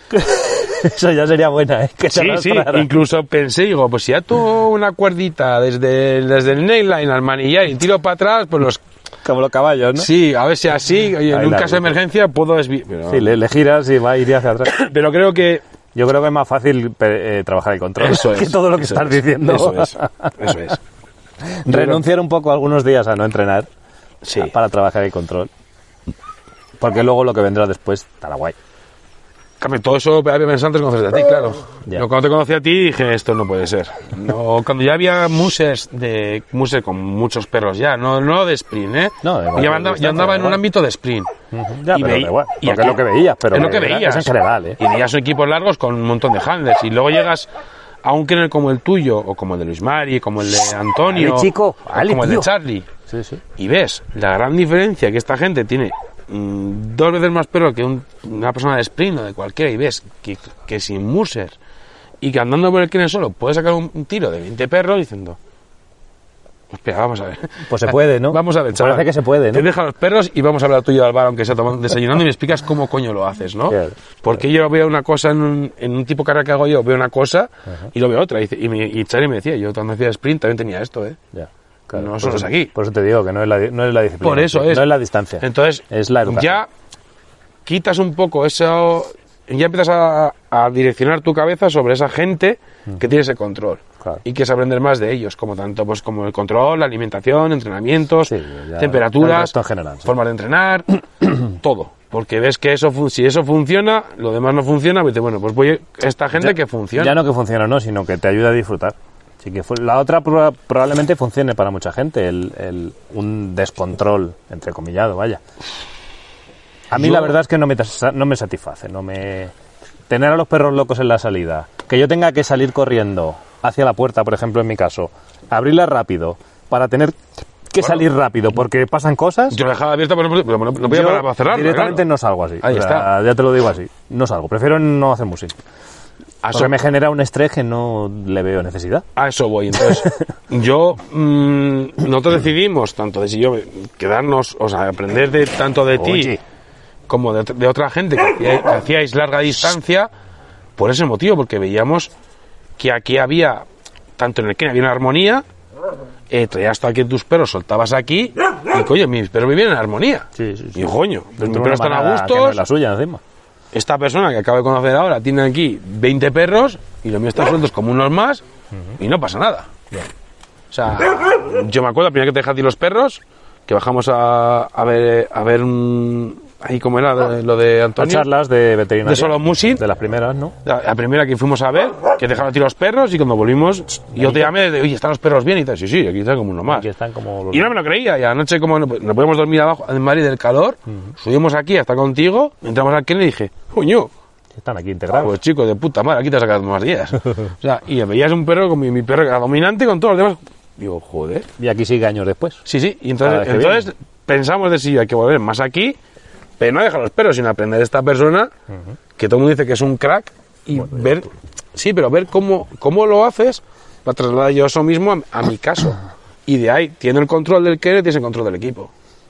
Eso ya sería buena, ¿eh? Que sí, incluso pensé, digo, pues si ya tú una cuerdita desde el nail line al manillar y tiro para atrás, pues los... Como los caballos, ¿no? Sí, a ver si así, oye, en un caso de emergencia puedo desviar... Pero... Sí, le giras y iría hacia atrás. Pero creo que... Yo creo que es más fácil trabajar el control. Eso es. Que todo lo que estás diciendo. Eso es. Renunciar un poco algunos días a no entrenar para trabajar el control. Porque luego lo que vendrá después estará guay. Todo eso había pensado antes de conocerte a ti, claro. Ya. Yo cuando te conocí a ti dije, esto no puede ser. No, cuando ya había muses con muchos perros ya, no de sprint, ¿eh? No, yo andaba en un ámbito de sprint. Ya, pero da igual, porque es lo que veías, pero es lo que veías. Es en general, ¿eh? Y veías equipos largos con un montón de handlers. Y luego llegas a un kennel como el tuyo, o como el de Luis Mari, como el de Antonio, como el de Charlie. Sí. Y ves la gran diferencia que esta gente tiene 2 veces más perros que una persona de sprint o de cualquiera, y ves que sin muser y que andando por el kennel solo puedes sacar un tiro de 20 perros diciendo, espera, vamos a ver. Pues se puede, ¿no? Vamos a ver, chaval. Parece que se puede, ¿no? Te deja los perros y vamos a hablar tú y yo al bar, aunque sea desayunando, y me explicas cómo coño lo haces, ¿no? Claro. Porque yo veo una cosa en un tipo de carrera que hago yo, veo una cosa y lo veo otra. Y Charlie me decía, yo cuando hacía sprint también tenía esto, ¿eh? Ya. Claro, no solo es aquí. Por eso te digo que no es la disciplina. Por eso es. No es la distancia. Entonces, es la educación. Ya quitas un poco eso, ya empiezas a direccionar tu cabeza sobre esa gente que tiene ese control. Claro. Y quieres aprender más de ellos, como tanto pues como el control, la alimentación, entrenamientos, temperaturas, en general, formas de entrenar, todo. Porque ves que si eso funciona, lo demás no funciona, pues bueno, pues voy a esta gente que funciona. Ya no que funciona, no, sino que te ayuda a disfrutar. Así que la otra probablemente funcione para mucha gente, un descontrol, entrecomillado, vaya. A mí la verdad es que no me satisface, tener a los perros locos en la salida, que yo tenga que salir corriendo hacia la puerta, por ejemplo, en mi caso, abrirla rápido, para tener que salir rápido, porque pasan cosas. Yo la dejaba abierta, pero no voy a parar para cerrarla. Directamente no salgo así. Ahí está. Ya te lo digo así, no salgo, prefiero no hacer música. Porque me genera un estrés que no le veo necesidad. A eso voy. Entonces, nosotros decidimos, tanto de si yo, quedarnos, o sea, aprender tanto de ti como de otra gente que hacíais larga distancia, por ese motivo, porque veíamos que aquí había, tanto en el que había una armonía, traías tú aquí tus perros, soltabas aquí, y coño, mis perros vivían en armonía. Sí. Y coño, mis perros están a gusto. No es la suya encima. Esta persona que acabo de conocer ahora tiene aquí 20 perros y los míos están sueltos como unos más y no pasa nada. O sea, yo me acuerdo, la primera que te dejé a ti los perros, que bajamos a ver ahí como era lo de Antonio. Las charlas de veterinaria. De solo Musin. De las primeras, ¿no? La primera que fuimos a ver, que dejaron a ti los perros y cuando volvimos, yo te llamé de, oye, ¿están los perros bien? Y tal, sí, aquí están como uno más. Aquí están como los... Y no me lo creía, y anoche como no podíamos dormir abajo en Madrid del calor, subimos aquí hasta contigo, entramos aquí y le dije, coño, están aquí integrados. Pues chico, de puta madre, aquí te has sacado más días. O sea, y veías un perro con mi perro que era dominante con todos los demás. Digo, joder. Y aquí sigue años después. Sí, y entonces pensamos de si hay que volver más aquí, pero no dejar los perros, sino aprender de esta persona, que todo el mundo dice que es un crack, y ver cómo lo haces para trasladar yo eso mismo a mi caso. Y de ahí, tiene el control del querer, tienes el control del equipo.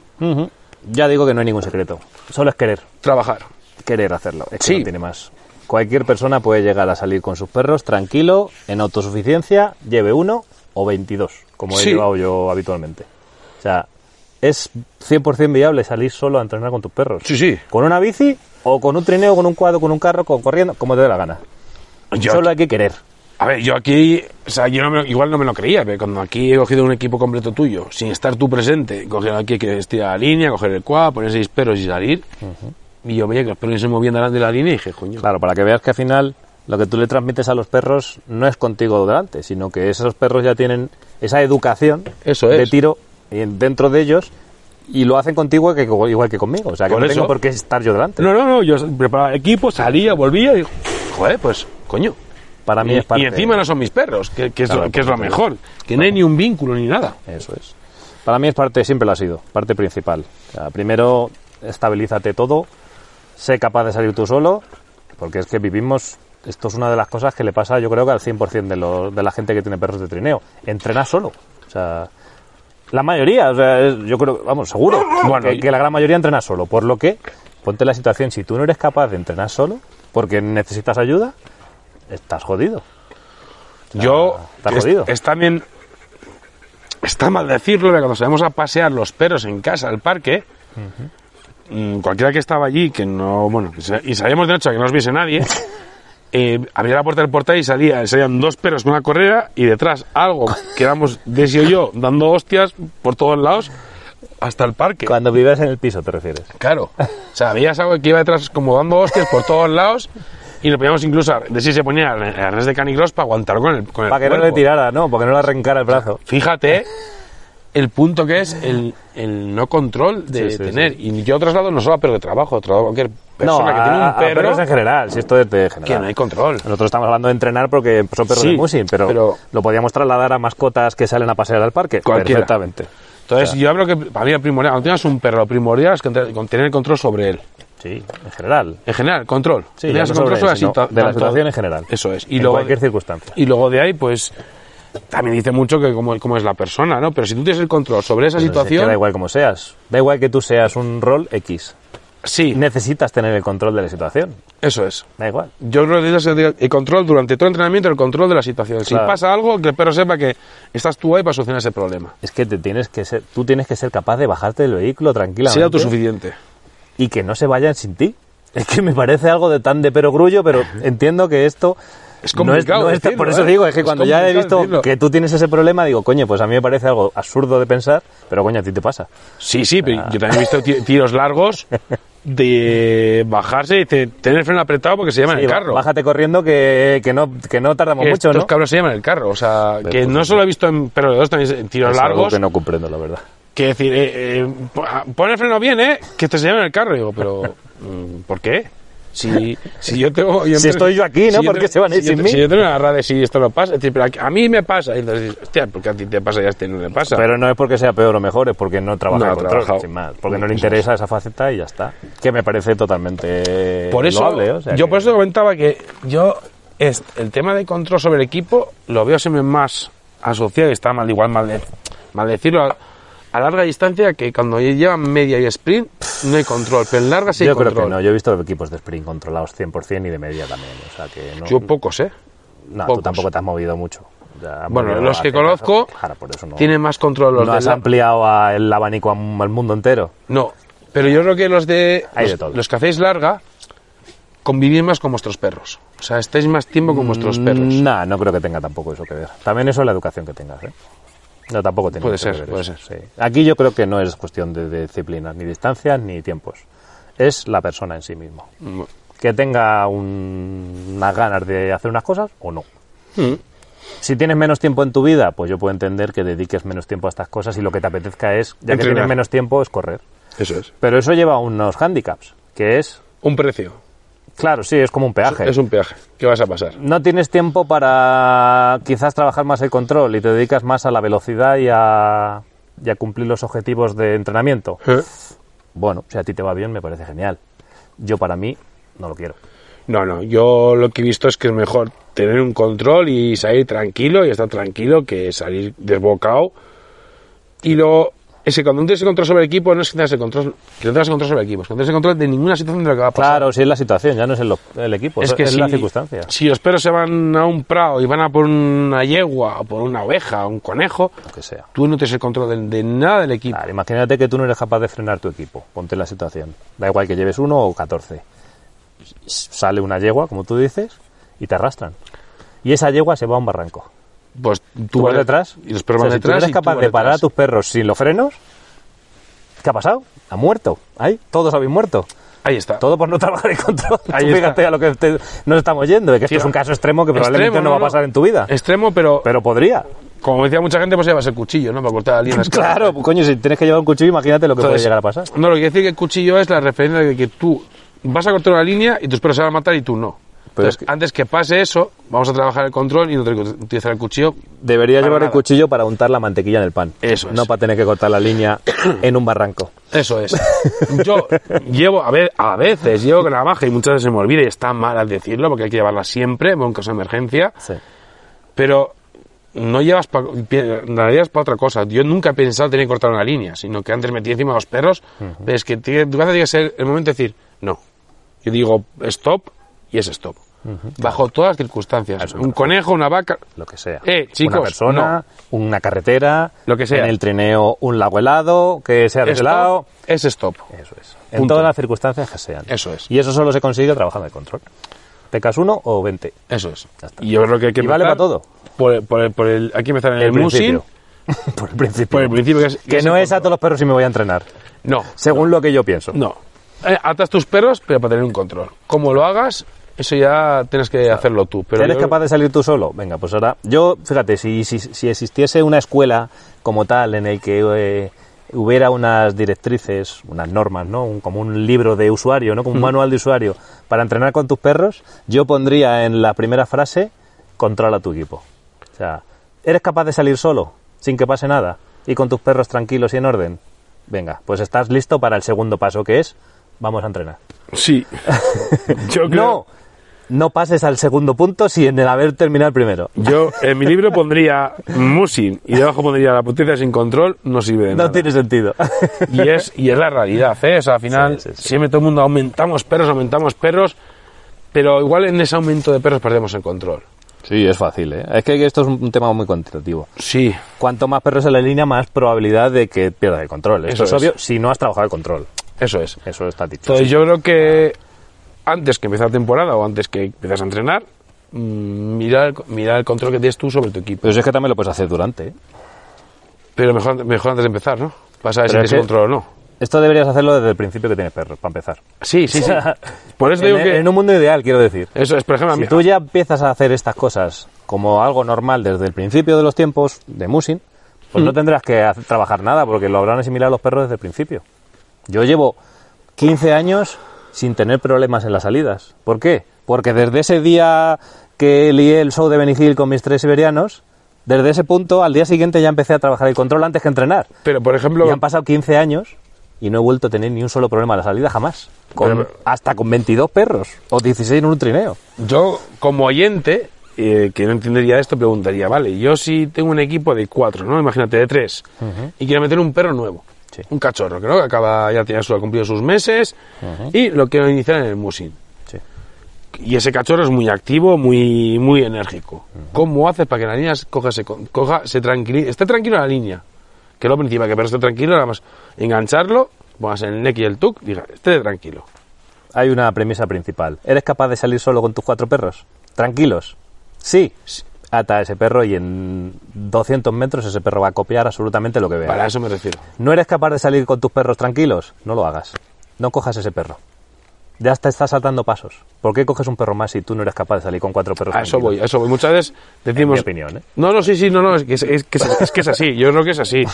Ya digo que no hay ningún secreto. Solo es querer. Trabajar. Querer hacerlo. Es que no tiene más. Cualquier persona puede llegar a salir con sus perros tranquilo, en autosuficiencia, lleve 1 o 22, como he llevado yo habitualmente. O sea, es 100% viable salir solo a entrenar con tus perros. Sí. Con una bici, o con un trineo, con un quad, con un carro, corriendo, como te dé la gana. Solo hay que querer. A ver, yo aquí, o sea, igual no me lo creía, pero cuando aquí he cogido un equipo completo tuyo, sin estar tú presente, coger aquí que estirar la línea, coger el quad, poner 6 perros y salir, y yo veía que los perros se movían delante de la línea y dije, coño. Claro, para que veas que al final lo que tú le transmites a los perros no es contigo delante, sino que esos perros ya tienen esa educación de tiro dentro de ellos y lo hacen contigo igual que conmigo. O sea, que no tengo por qué estar yo delante. No, yo preparaba el equipo, salía, volvía y digo, joder, pues, coño, Para mí es parte... Y encima no son mis perros, que es, Claro, que es lo mejor, que no hay ni un vínculo ni nada. Eso es. Para mí es parte, siempre lo ha sido, parte principal. O sea, primero, estabilízate todo, sé capaz de salir tú solo, porque es que vivimos... Esto es una de las cosas que le pasa, yo creo que al 100% de la gente que tiene perros de trineo. Entrena solo. O sea, la mayoría, o sea, yo creo, vamos, seguro, Bueno, que la gran mayoría entrena solo. Por lo que, ponte la situación, si tú no eres capaz de entrenar solo, porque necesitas ayuda, estás jodido. Estás jodido. Es también... Está mal decirlo, pero cuando salimos a pasear los perros en casa, al parque, cualquiera que estaba allí, que no, bueno, y salíamos de noche a que no nos viese nadie... abría la puerta del portal y salían dos perros con una correa y detrás algo que éramos Desi y yo dando hostias por todos lados hasta el parque. Cuando vives en el piso, ¿te refieres? Claro. O sea, veías algo que iba detrás como dando hostias por todos lados y nos poníamos incluso, Desi se ponía el arnés de canicross para aguantar con el Para que cuerpo. no le tirara, ¿no? Porque no le arrancara el brazo. Fíjate el punto que es el no control de Sí, tener. sí. Y yo traslado no solo a perro de trabajo, traslado a cualquier persona que tiene un a perro, perros en general, si esto es de general. que no hay control. Nosotros estamos hablando de entrenar porque son perros Sí, de musing, pero lo podíamos trasladar a mascotas que salen a pasear al parque. Cualquiera. Perfectamente. Entonces, O sea, yo hablo que para mí el primordial, cuando tienes un perro, lo primordial es tener el control sobre él. Sí, en general. En general, control. Sí, Tener ya el no control sobre sobre él, sino de la situación en general. Eso es. Y En luego, cualquier circunstancia. y luego de ahí, pues, también dice mucho que cómo es la persona, ¿no? Pero si tú tienes el control sobre esa Pero si es que situación... da igual como seas. Da igual que tú seas un rol X. Sí, Necesitas tener el control de la situación. eso es. Da igual. Yo creo que necesitas el control durante todo el entrenamiento, el control de la situación. Si Claro. pasa algo, que el perro sepa que estás tú ahí para solucionar ese problema. Es que tú tienes que ser capaz de bajarte del vehículo tranquilamente. Ser autosuficiente. Y que no se vayan sin ti. Es que me parece algo de tan de perogrullo, pero entiendo que esto... Es complicado decirlo, por eso ¿eh? digo, es que Es cuando ya he complicado visto decirlo. que tú tienes ese problema, digo, coño, pues a mí me parece algo absurdo de pensar, pero coño, a ti te pasa. Sí, pero yo también he visto tiros largos de bajarse y tener el freno apretado porque se llama en Sí, el carro. Bájate corriendo que no tardamos mucho, Estos ¿no? cabros se llaman el carro, o sea, Pero, que pues, no solo he visto en perros de dos, también en tiros Es algo largos, que no comprendo, la verdad. que decir, pon el freno bien, que te se llama en el carro. Digo, pero, ¿por qué? Si yo tengo... Si estoy yo aquí, ¿no? ¿Por qué se van a ir sin mí? Si yo tengo una agarrada de si esto no pasa, es decir, pero a mí me pasa. Y entonces dices, hostia, porque a ti te pasa y a este no le pasa. Pero no es porque sea peor o mejor, es porque no trabaja No ha el control, trabajado. sin más. Porque no le interesa esa faceta y ya está. Que me parece totalmente Por eso, loable, o sea yo que- por eso comentaba que el tema de control sobre el equipo lo veo siempre más asociado, y está mal decirlo, a larga distancia, que cuando llevan media y sprint no hay control, pero en larga sí hay Yo control. creo que no, yo he visto equipos de sprint controlados 100% y de media también, o sea que no... Yo pocos, No, pocos. tú tampoco te has movido mucho. Ya has Bueno, movido los que hace- conozco Claro, por eso no, tienen más control los no de has ampliado el abanico al mundo entero. No, pero yo creo que los Hay de todo. los que hacéis larga convivís más con vuestros perros. O sea, estáis más tiempo con vuestros perros. Nah, no creo que tenga tampoco eso que ver. También eso es la educación que tengas, ¿eh? No, tampoco tiene Puede mucho ser, que ver puede eso, ser. sí. Aquí yo creo que no es cuestión de disciplinas, ni distancias, ni tiempos. Es la persona en sí mismo. Que tenga unas ganas de hacer unas cosas o no. Si tienes menos tiempo en tu vida, pues yo puedo entender que dediques menos tiempo a estas cosas y lo que te apetezca es, ya que Entrenar. tienes menos tiempo, es correr. Eso es. Pero eso lleva unos hándicaps, que es, Un precio. claro, sí, es como un peaje. Es un peaje. ¿Qué vas a pasar? No tienes tiempo para quizás trabajar más el control y te dedicas más a la velocidad y a cumplir los objetivos de entrenamiento. Bueno, si a ti te va bien, me parece genial. Yo, para mí, no lo quiero. No, yo lo que he visto es que es mejor tener un control y salir tranquilo y estar tranquilo que salir desbocado. Y luego, cuando no tienes el control sobre el equipo, no es que tengas el control, que no tengas el control sobre el equipo, es que no tienes el control de ninguna situación de lo que va a pasar. Claro, si es la situación, ya no es el equipo, es si, la circunstancia. Si los perros se van a un prado y van a por una yegua, o por una oveja, o un conejo, Lo que sea. tú no tienes el control de nada del equipo. Claro, imagínate que tú no eres capaz de frenar tu equipo. Ponte en la situación. Da igual que lleves 1 o 14. Sale una yegua, como tú dices, y te arrastran. Y esa yegua se va a un barranco. Pues ¿Tú vas detrás? Y los perros O sea, van si tú detrás. eres y capaz tú de vas parar a detrás. tus perros sin los frenos, ¿qué ha pasado? Ha muerto. Ahí, todos habéis muerto. Ahí está. Todo por no trabajar en control. Ahí Tú fíjate está. a lo que nos estamos yendo, de que esto es un caso extremo que probablemente Extremo, no va a pasar en tu vida. Extremo, pero Pero podría. como decía mucha gente, pues llevas el cuchillo, ¿no? Para cortar la línea. Claro, pues, coño, si tienes que llevar un cuchillo, imagínate lo que puede llegar a pasar. No, lo que quiere decir que el cuchillo es la referencia de que tú vas a cortar una línea y tus perros se van a matar y tú no. Entonces, antes que pase eso, vamos a trabajar el control y no tener que utilizar el cuchillo. Deberías llevar el cuchillo para untar la mantequilla en el pan. Eso es. No para tener que cortar la línea en un barranco. Eso es. Yo llevo, a veces llevo navaja y muchas veces se me olvida y está mal al decirlo porque hay que llevarla siempre, en caso de emergencia. Sí. Pero no llevas la llevas para otra cosa. Yo nunca he pensado tener que cortar una línea, sino que antes metí encima a los perros. Pero es que tu casa tiene que ser el momento de decir, no. Yo digo stop y es stop. Bajo todas las circunstancias. Un conejo, una vaca... Lo que sea. Chicos, una persona, una carretera, lo que sea. En el trineo un lago helado, que sea deshelado. Es stop. Eso es. En todas las circunstancias que sean. Eso es. Y eso solo se consigue trabajando el control. ¿Pecas 1 o 20? Eso es. Y yo creo que hay que empezar... vale para todo. Hay que empezar en el musing. Por el principio. Por el principio que no es a todos los perros si me voy a entrenar. No. Según lo que yo pienso. No. Atas tus perros, pero para tener un control. Como lo hagas, eso ya tienes que hacerlo tú. Pero ¿eres capaz de salir tú solo? Venga, pues ahora... Yo, fíjate, si existiese una escuela como tal en el que hubiera unas directrices, unas normas, ¿no? Como un libro de usuario, ¿no? Como un manual de usuario para entrenar con tus perros, yo pondría en la primera frase, controla tu equipo. O sea, ¿eres capaz de salir solo, sin que pase nada, y con tus perros tranquilos y en orden? Venga, pues estás listo para el segundo paso, que es, vamos a entrenar. Sí. Yo creo... No pases al segundo punto sin el haber terminado el primero. Yo en mi libro pondría musing y debajo pondría la potencia sin control, no sirve de nada. No tiene sentido. Y es la realidad, ¿eh? O sea, al final siempre todo el mundo aumentamos perros, pero igual en ese aumento de perros perdemos el control. Sí, es fácil, ¿eh? Es que esto es un tema muy cuantitativo. Sí. Cuanto más perros en la línea, más probabilidad de que pierdas el control. Esto es obvio si no has trabajado el control. Eso es. Eso está dicho. Entonces yo creo que antes que empezar la temporada o antes que empieces a entrenar, mira el control que tienes tú sobre tu equipo. Pero es que también lo puedes hacer durante, ¿eh? Pero mejor antes de empezar, ¿no? Vas a ver si tienes control o no. Esto deberías hacerlo desde el principio que tienes perros, para empezar. Sí. Por eso digo que... En un mundo ideal, quiero decir. Eso es, por ejemplo... Si tú ya empiezas a hacer estas cosas como algo normal desde el principio de los tiempos de musing, pues no tendrás que trabajar nada, porque lo habrán asimilado los perros desde el principio. Yo llevo 15 años sin tener problemas en las salidas. ¿Por qué? Porque desde ese día que lié el show de Benny Hill con mis 3 siberianos, desde ese punto, al día siguiente ya empecé a trabajar el control antes que entrenar. Pero, por ejemplo... Y han pasado 15 años y no he vuelto a tener ni un solo problema a la salida jamás. Hasta con 22 perros o 16 en un trineo. Yo, como oyente, que no entendería esto, preguntaría, vale, yo si tengo un equipo de 4, ¿no? Imagínate, de 3, y quiero meter un perro nuevo. Sí. Un cachorro, que ¿no? Ha cumplido sus meses y lo quiero iniciar en el musing. Sí. Y ese cachorro es muy activo, muy enérgico. ¿Cómo haces para que la línea se tranquilice, esté tranquilo en la línea? Que es lo principal, que el perro esté tranquilo, nada más engancharlo, pongas el neck y el tuck, diga, esté tranquilo. Hay una premisa principal. ¿Eres capaz de salir solo con tus 4 perros? ¿Tranquilos? Sí. Ata a ese perro y en 200 metros ese perro va a copiar absolutamente lo que vea. Para eso me refiero. ¿No eres capaz de salir con tus perros tranquilos? No lo hagas. No cojas ese perro. Ya te estás saltando pasos. ¿Por qué coges un perro más si tú no eres capaz de salir con 4 perros tranquilos? A eso voy. Muchas veces decimos... En mi opinión, ¿eh? No, es que es así. Yo creo que es así.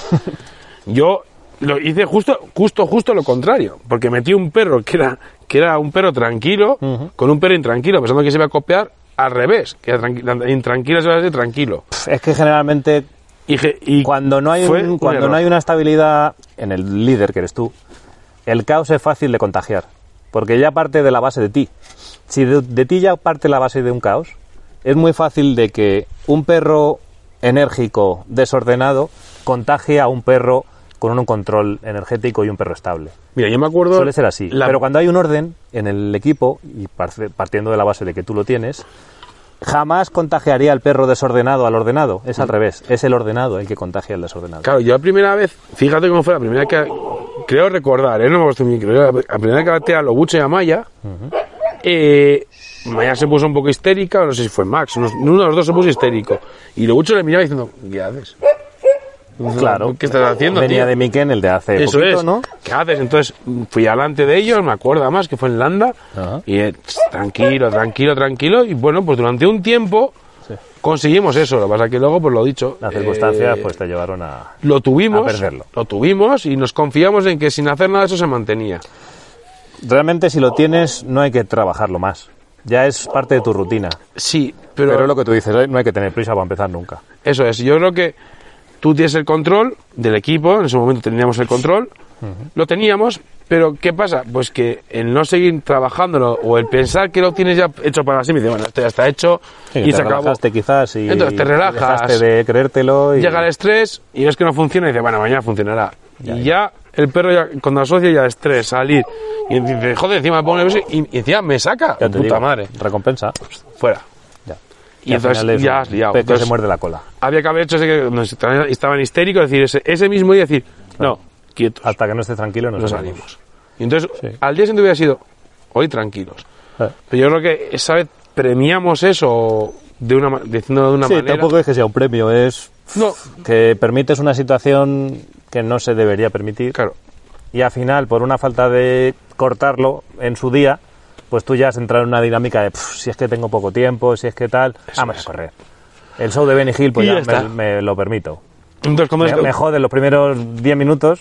Yo lo hice justo lo contrario. Porque metí un perro que era un perro tranquilo con un perro intranquilo, pensando que se iba a copiar. Al revés, que intranquilo se va a decir tranquilo. Es que generalmente cuando no hay una estabilidad en el líder, que eres tú, el caos es fácil de contagiar, porque ya parte de la base de ti. Si de ti ya parte la base de un caos, es muy fácil de que un perro enérgico, desordenado, contagie a un perro con un control energético y un perro estable. Mira, yo me acuerdo... Suele ser así. Pero cuando hay un orden en el equipo, y partiendo de la base de que tú lo tienes, jamás contagiaría al perro desordenado al ordenado. Es al revés. Es el ordenado el que contagia al desordenado. Claro, yo la primera vez... Fíjate cómo fue la primera que... Creo recordar, no me acuerdo bien, creo la primera que bateé a Lobucho y a Maya... Maya se puso un poco histérica, no sé si fue Max, uno de los dos se puso histérico. Y Lobucho le miraba diciendo, ¿qué haces? Claro. ¿Qué estás haciendo, Venía tío? de Miquel, el de hace eso poquito, es. ¿no? ¿Qué haces? Entonces fui delante de ellos, me acuerdo además que fue en Landa, y tranquilo, y bueno, pues durante un tiempo conseguimos eso. Lo que pasa es que luego, pues lo dicho... Las circunstancias pues te llevaron a perderlo. Lo tuvimos y nos confiamos en que sin hacer nada eso se mantenía. Realmente si lo tienes no hay que trabajarlo más. Ya es parte de tu rutina. Sí, pero lo que tú dices, no hay que tener prisa para empezar nunca. Eso es, yo creo que tú tienes el control del equipo, en ese momento teníamos el control, lo teníamos, pero ¿qué pasa? Pues que el no seguir trabajándolo o el pensar que lo tienes ya hecho para sí, me dice, bueno, esto ya está hecho y se acabó. Quizás y entonces te relajas, dejaste de creértelo y... llega el estrés y ves que no funciona y dices, bueno, mañana funcionará. Ya el perro, ya, cuando asocia ya estrés, salir y dice, joder, encima me pone y encima me saca, puta madre. Recompensa. Fuera. Y entonces ya has liado. Entonces se muerde la cola. Había que haber hecho ese que estaban histéricos, decir, ese mismo día decir, no, quietos. Hasta que no esté tranquilo no salimos. Y entonces, al día siguiente hubiera sido, hoy tranquilos. Pero yo creo que esa vez premiamos eso diciéndolo de una manera. Tampoco es que sea un premio, es que permites una situación que no se debería permitir. Claro. Y al final, por una falta de cortarlo en su día, pues tú ya has entrado en una dinámica de si es que tengo poco tiempo, si es que tal, vamos a correr. El show de Benny Hill, pues ya me lo permito. Entonces, me jode los primeros 10 minutos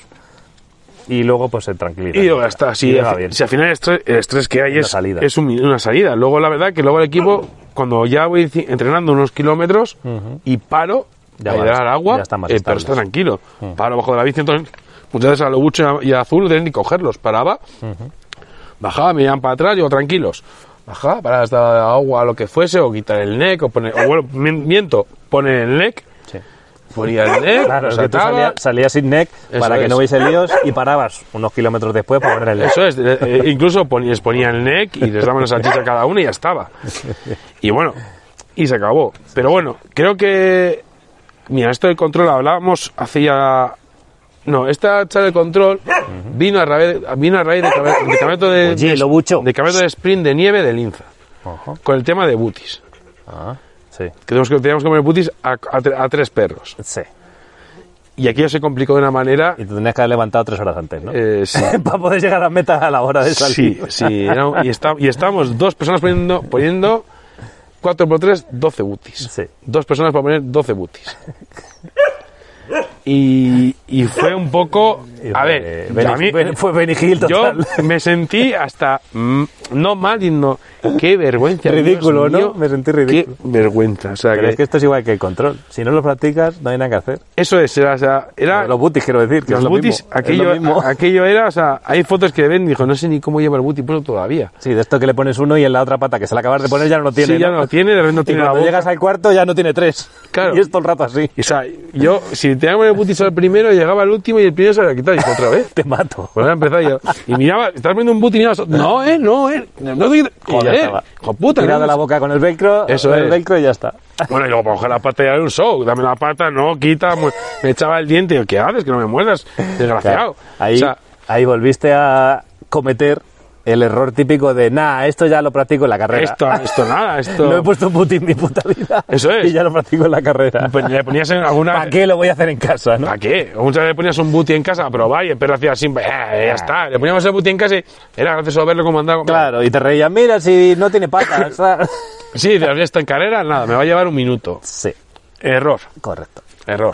y luego pues se tranquiliza. Y luego ya está. Si al final el estrés que hay es una salida. Luego la verdad que luego el equipo, cuando ya voy entrenando unos kilómetros y paro, ya a dar agua, pero está tranquilo. Paro bajo de la bici, entonces muchas veces a lo Bucho y a Azul no tienen ni cogerlos. Paraba, bajaba, me iban para atrás, digo, tranquilos. Bajaba para hasta agua, lo que fuese, o quitar el neck, o poner, o bueno, poner el neck. Sí. Ponía el neck, claro, es que tú salías sin neck para que no hubiese líos y parabas unos kilómetros después para poner el neck. Eso es, incluso les ponía el neck y les daban esa salchicha a cada uno y ya estaba. Y bueno, y se acabó. Pero bueno, creo que, mira, esto del control hablábamos hace ya... No, esta charla de control vino a raíz de campeonato de sprint de nieve de Linza, con el tema de butis. Sí. Teníamos que poner butis a 3 perros. Sí. Y aquí ya se complicó de una manera... Y te tenías que haber levantado 3 horas antes, ¿no? Sí. Para poder llegar a meta a la hora de salir. Sí. Y estábamos 2 personas poniendo 4x3, 12 butis. Sí. 2 personas para poner 12 butis. Y fue un poco... A ver, fue Benny Hill total. Yo me sentí hasta... no mal, sino... Qué vergüenza. Ridículo, Dios mío, ¿no? Me sentí ridículo. Qué vergüenza. O sea, pero es que esto es igual que el control. Si no lo practicas, no hay nada que hacer. Eso es, era los butis, quiero decir. Que los es lo butis, mismo. aquello era... O sea, hay fotos que ven y dijo, no sé ni cómo lleva el buti, pero todavía. Sí, de esto que le pones uno y en la otra pata que se la acabas de poner ya no lo tiene. Sí, ya no lo tiene, de repente no tiene la boca. Cuando llegas al cuarto ya no tiene 3. Claro. Y es todo el rato así. O sea, yo, si tenía que poner el buti solo el primero, llegaba al último y el primero se lo había quitado y dijo, otra vez. Te mato. Pues empezaba yo. Y miraba, estás viendo un buti y mirabas, no, joder, hijo puta. Tirado la boca con el velcro, eso el velcro y ya está. Bueno, y luego para coger la pata ya era un show. Dame la pata, no, quita, me echaba el diente. Y yo, ¿qué haces? Que no me muerdas, desgraciado. Claro. Ahí volviste a cometer el error típico de, esto ya lo practico en la carrera. Esto... No he puesto un buti en mi puta vida. Eso es. Y ya lo practico en la carrera. Pues le ponías en alguna... ¿Para qué lo voy a hacer en casa, no? ¿Para qué? Muchas veces ponías un buti en casa a probar y el perro hacía así, ya está. Le poníamos el buti en casa y era gracioso verlo como andaba. Claro, y te reías, mira, si no tiene patas. Sí, de está en carrera, nada, me va a llevar un minuto. Sí. Error. Correcto. Error.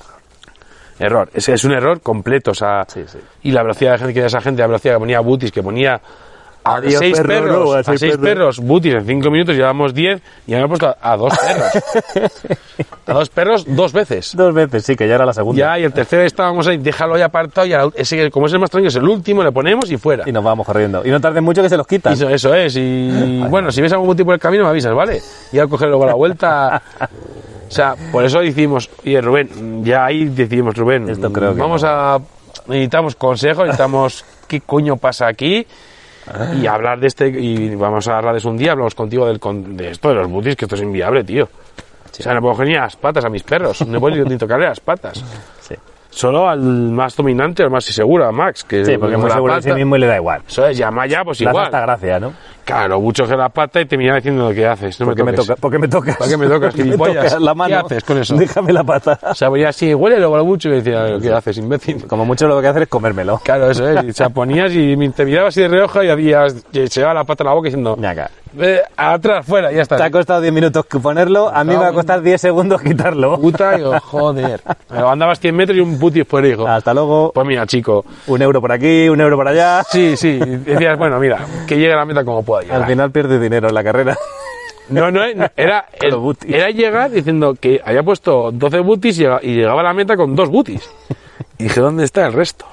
Es un error completo, o sea... Sí. Y la velocidad de gente, que esa gente, la velocidad que ponía butis, que ponía... A 6 perros, butis en 5 minutos, llevamos 10 y habíamos puesto a 2 perros. A 2 perros 2 veces. 2 veces, sí, que ya era la segunda. Ya, y el tercero estábamos ahí, déjalo ya apartado, y ese, como es el más tranquilo, es el último, le ponemos y fuera. Y nos vamos corriendo. Y no tarden mucho que se los quitan. Eso es, y bueno, si ves algún buti por el camino me avisas, ¿vale? Y al coger luego la vuelta... O sea, por eso decimos, y Rubén, ya ahí decidimos, Rubén, esto creo que necesitamos consejos, necesitamos qué coño pasa aquí. Y hablar de y vamos a hablar de eso un día, hablamos contigo de esto de los butis, que esto es inviable, tío. Sí. O sea, no puedo coger ni las patas a mis perros, no puedo ni tocarle las patas. Sí. Solo al más dominante, al más seguro, a Max. Que sí, porque es muy seguro de sí mismo y le da igual. Eso es, llama ya, pues igual. Hasta gracia, ¿no? Claro, mucho que la pata y te miraba diciendo, ¿qué haces? No ¿Por qué me tocas? ¿Por qué me tocas, gilipollas? ¿Qué haces con eso? Déjame la pata. O sea, ponía así, huele luego a mucho y decía, ¿qué haces, imbécil? Como mucho lo que hacer es comérmelo. Claro, eso es. O sea, ponías y te mirabas así de reojo y se llevaba la pata a la boca diciendo, atrás, fuera, ya está. Te ha costado 10 minutos ponerlo, a mí me va a costar 10 segundos quitarlo. Puta, yo, joder. Andabas 100 metros y un putis por ahí, hijo. Hasta luego. Pues mira, chico. €1 por aquí, €1 por allá. Sí, decías, bueno, mira, que llegue a la meta como pueda llegar. Al final pierdes dinero en la carrera. No, era llegar diciendo que había puesto 12 booties y llegaba a la meta con 2 booties. Y dije, ¿dónde está el resto?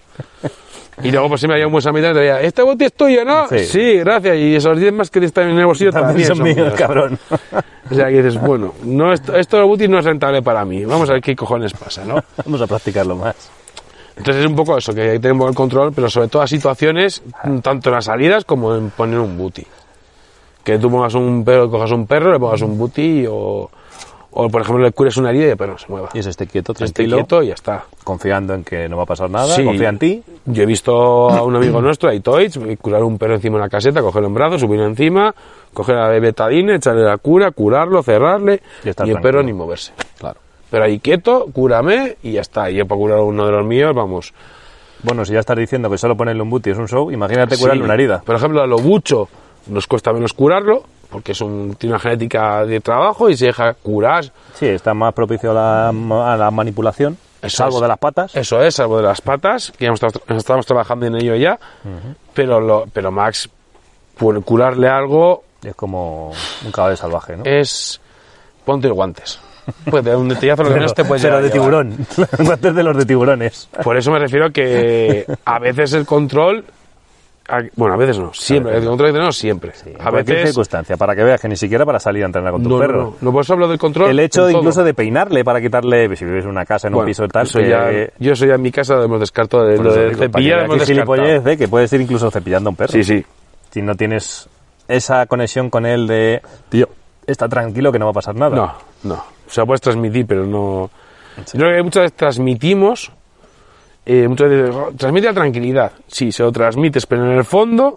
Y luego pues siempre había un buen samita y te decía, ¿este booty es tuyo, no? Sí, gracias. Y esos 10 más que están en el bolsillo también son míos, cabrón. O sea, que dices, bueno, esto de los booties no es rentable para mí. Vamos a ver qué cojones pasa, ¿no? Vamos a practicarlo más. Entonces es un poco eso, que hay que tener un poco el control, pero sobre todo a situaciones, tanto en las salidas como en poner un booty. Que tú pongas un perro, cojas un perro, le pongas un booty o por ejemplo le cures una herida y el perro no se mueva. Y esté quieto, tranquilo. Esté quieto y ya está. Confiando en que no va a pasar nada, confía en ti. Yo he visto a un amigo nuestro, a Itoich, curar un perro encima de una caseta, cogerlo en brazos, subirlo encima, coger la betadine, echarle la cura, curarlo, cerrarle y el perro ni moverse. Claro. Pero ahí quieto, cúrame y ya está. Y yo para curar a uno de los míos, vamos. Bueno, si ya estás diciendo que solo ponerle un booty es un show, imagínate curarle una herida. Por ejemplo, a lo bucho nos cuesta menos curarlo, porque tiene una genética de trabajo y se deja curar. Sí, está más propicio a la manipulación, salvo de las patas. Eso es, salvo de las patas, que ya estamos trabajando en ello ya, pero Max, por curarle algo... Es como un caballo salvaje, ¿no? Ponte los guantes. Pues de un detallazo lo que menos te puedes llevar. Pero de tiburón, guantes de los de tiburones. Por eso me refiero que a veces el control... Bueno, a veces no, siempre. El control que tenemos siempre. Sí, a veces circunstancia, para que veas que ni siquiera para salir a entrenar con tu perro. No, por eso hablo del control. El hecho incluso de peinarle para quitarle, si vives en una casa, en un piso y tal. Yo soy en mi casa, hemos descartado lo de cepillar, hemos descartado. Que puedes ir incluso cepillando a un perro. Sí. Si no tienes esa conexión con él de, tío, está tranquilo que no va a pasar nada. No. O sea, puedes transmitir, pero no. Sí. Yo creo que muchas veces transmitimos. Muchas veces transmite la tranquilidad, sí, se lo transmites, pero en el fondo,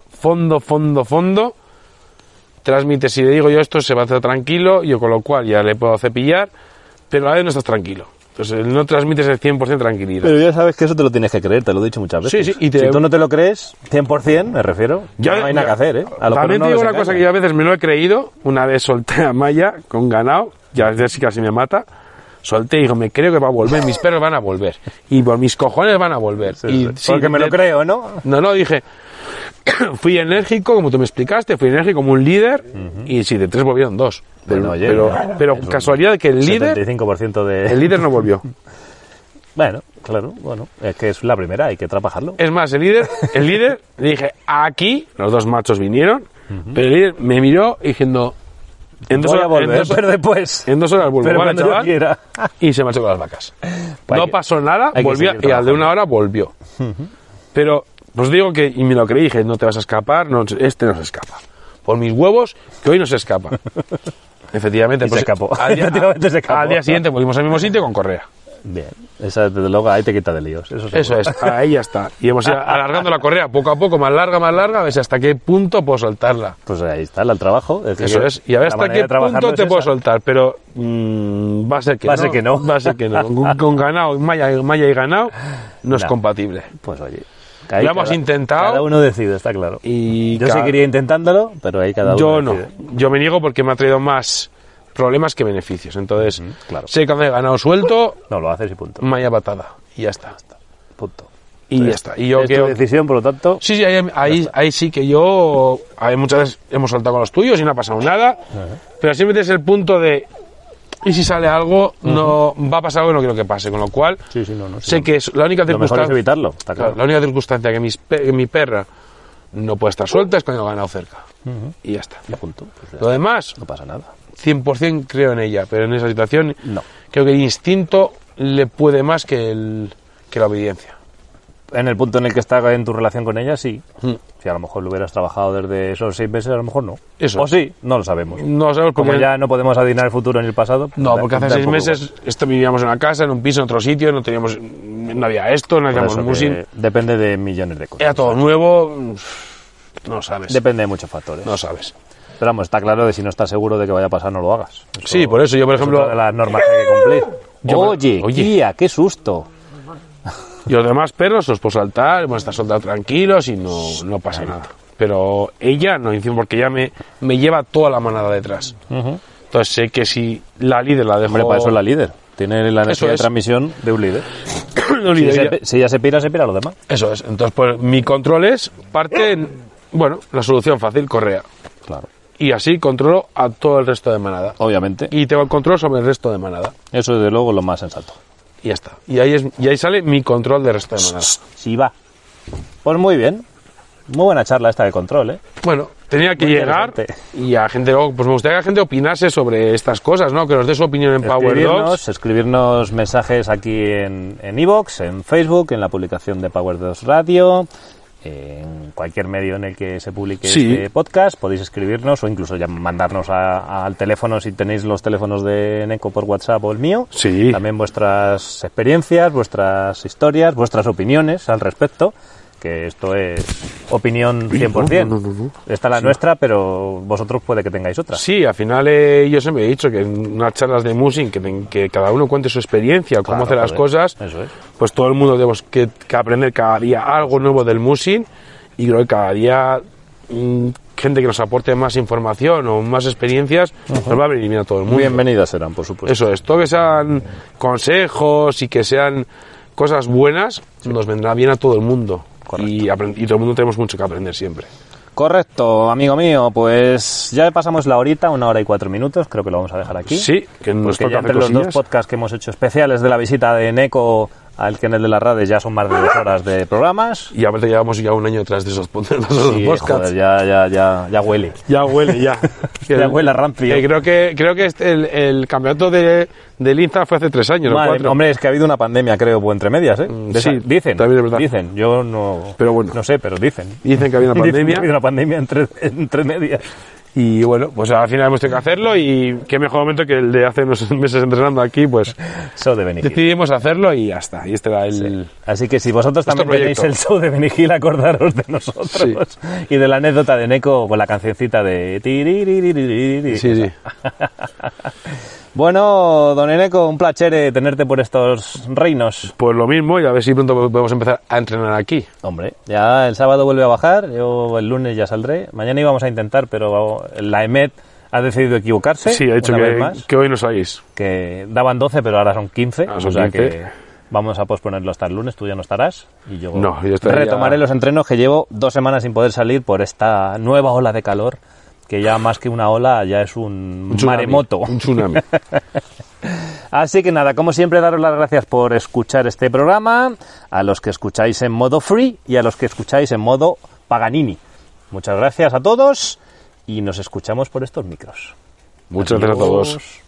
transmites, si le digo yo esto se va a hacer tranquilo, yo con lo cual ya le puedo cepillar, pero a la vez no estás tranquilo. Entonces no transmites el 100% tranquilidad. Pero ya sabes que eso te lo tienes que creer, te lo he dicho muchas veces. Sí, si tú no te lo crees, 100%, me refiero, ya no hay nada que hacer, ¿eh? También te digo una cosa que yo a veces me lo he creído, una vez solté a Maya con ganado, ya sí casi me mata. Solté y dijo, me creo que va a volver, mis perros van a volver. Y por mis cojones van a volver. Sí. Porque me lo creo, ¿no? No, dije, fui enérgico, como tú me explicaste, fui enérgico como un líder, y sí, de 3 volvieron 2. Pero casualidad de que el líder... 75% de... El líder no volvió. Bueno, claro, es que es la primera, hay que trabajarlo. Es más, el líder, le dije, aquí, los 2 machos vinieron, pero el líder me miró diciendo... En 2 horas vuelvo, ¿vale, chaval? Y se marchó con las vacas. No pasó nada, volvió, y al de 1 hora volvió. Pero, pues digo que, y me lo creí, dije, no te vas a escapar, este no se escapa. Por mis huevos, que hoy no se escapa. Efectivamente, pues, se escapó. Al día siguiente volvimos al mismo sitio con correa. Bien, esa desde luego ahí te quita de líos. Eso es, ahí ya está. Y hemos ido alargando la correa poco a poco, más larga, a ver hasta qué punto puedo soltarla. Pues ahí está el trabajo. Eso es, y a ver hasta qué punto te puedo soltar, pero va a ser que no. Va a ser que no. Con ganado, malla y ganado, no es compatible. Pues oye. Lo hemos intentado. Cada uno decide, está claro. Y yo seguiría intentándolo, pero ahí cada uno decide. Yo me niego porque me ha traído más problemas que beneficios. Entonces, claro. Sé que cuando he ganado suelto, no lo haces y punto. Malla patada. Y ya está. Punto. Y ya está. Y yo es tu decisión, por lo tanto. Sí, ahí sí que yo. Muchas veces hemos saltado con los tuyos y no ha pasado nada. Pero siempre es el punto de. Y si sale algo, no va a pasar algo que no quiero que pase. Con lo cual, sé que es la única circunstancia. Lo mejor es evitarlo, está claro. La única circunstancia que mi perra no puede estar suelta es cuando he ganado cerca. Y ya está. Y punto. Pues lo demás, no pasa nada. 100% creo en ella, pero en esa situación no. Creo que el instinto le puede más que la obediencia. En el punto en el que está en tu relación con ella, sí. Si a lo mejor lo hubieras trabajado desde esos 6 meses, a lo mejor no. Eso. O sí, no lo sabemos. No lo sabemos porque... Como ya no podemos adivinar el futuro ni el pasado. No, porque hace 6 meses vivíamos en una casa, en un piso, en otro sitio, no había esto, no habíamos música. Depende de millones de cosas. Era todo nuevo, no sabes. Depende de muchos factores. No sabes. Pero vamos, está claro que si no estás seguro de que vaya a pasar, no lo hagas. Sí, por eso yo, por ejemplo... Es una de las normas que hay que cumplir. Oye, guía, qué susto. Y los demás perros los puedo saltar, hemos estado soldados tranquilos y no pasa nada. pero ella no, porque ella me lleva toda la manada detrás. Entonces sé que si la líder la dejo... Hombre, para eso es la líder. Tiene la energía de transmisión de un líder. Si ella se pira los demás. Eso es. Entonces, pues mi control es parte en, la solución fácil, correa. Claro. Y así controlo a todo el resto de manada. Obviamente. Y tengo el control sobre el resto de manada. Eso desde luego es lo más sensato. Y ya está. Y ahí sale mi control del resto de manada. Sí va. Pues muy bien. Muy buena charla esta de control, ¿eh? Bueno, tenía que llegar y a gente luego, pues me gustaría que la gente opinase sobre estas cosas, ¿no? Que nos dé su opinión en Power Dogs. Escribirnos mensajes aquí en iVoox, en Facebook, en la publicación de Power Dogs Radio, en cualquier medio en el que se publique este podcast. Podéis escribirnos o incluso ya mandarnos al teléfono si tenéis los teléfonos de Neko por WhatsApp o el mío. Sí. También vuestras experiencias, vuestras historias, vuestras opiniones al respecto. Que esto es opinión 100%. No. Esta es la nuestra, pero vosotros puede que tengáis otra. Sí, al final yo siempre he dicho que en unas charlas de musing que cada uno cuente su experiencia, cómo hace las cosas, eso es. Pues todo el mundo tenemos que aprender cada día algo nuevo del musing y creo que cada día gente que nos aporte más información o más experiencias nos va a venir bien a todo el mundo. Bienvenidas serán, por supuesto. Eso es, todo que sean consejos y que sean cosas buenas nos vendrá bien a todo el mundo. Y todo el mundo tenemos mucho que aprender siempre. Correcto, amigo mío, pues ya pasamos la horita, 1 hora y 4 minutos, creo que lo vamos a dejar aquí. Sí, que nos toca entre los 2 podcasts que hemos hecho especiales de la visita de Neko al Kennel de las Rades ya son más de 2 horas de programas. Y aparte llevamos ya un año detrás de esos podcasts. Joder, ya huele. Ya huele, ya. Ya huele a rancio. Creo que el campeonato de Linza fue hace 3 años, Madre, 4. Hombre, es que ha habido una pandemia, creo, entre medias, ¿eh? Sí, dicen, también es verdad. Dicen, yo no, pero bueno, no sé, pero dicen. Dicen que había una pandemia. Dicen que ha habido una pandemia entre medias. Y bueno, pues al final hemos tenido que hacerlo y qué mejor momento que el de hace unos meses entrenando aquí, pues show de Benny Hill. Decidimos hacerlo y ya está. Y este era el... Sí. Así que si vosotros también tenéis el show de Benny Hill, acordaros de nosotros. Sí. Y de la anécdota de Neko con la cancioncita de... Sí. Bueno, don Eneco, un placer tenerte por estos reinos. Pues lo mismo, y a ver si pronto podemos empezar a entrenar aquí. Hombre, ya el sábado vuelve a bajar, yo el lunes ya saldré. Mañana íbamos a intentar, pero la EMET ha decidido equivocarse. Sí, ha dicho que hoy no salís. Que daban 12, pero ahora son 15. Son o sea 15. Que vamos a posponerlo hasta el lunes, tú ya no estarás. Y yo retomaré los entrenos que llevo 2 semanas sin poder salir por esta nueva ola de calor. Que ya más que una ola, ya es un maremoto. Un tsunami. Así que nada, como siempre, daros las gracias por escuchar este programa, a los que escucháis en modo free y a los que escucháis en modo Paganini. Muchas gracias a todos y nos escuchamos por estos micros. Muchas gracias a todos.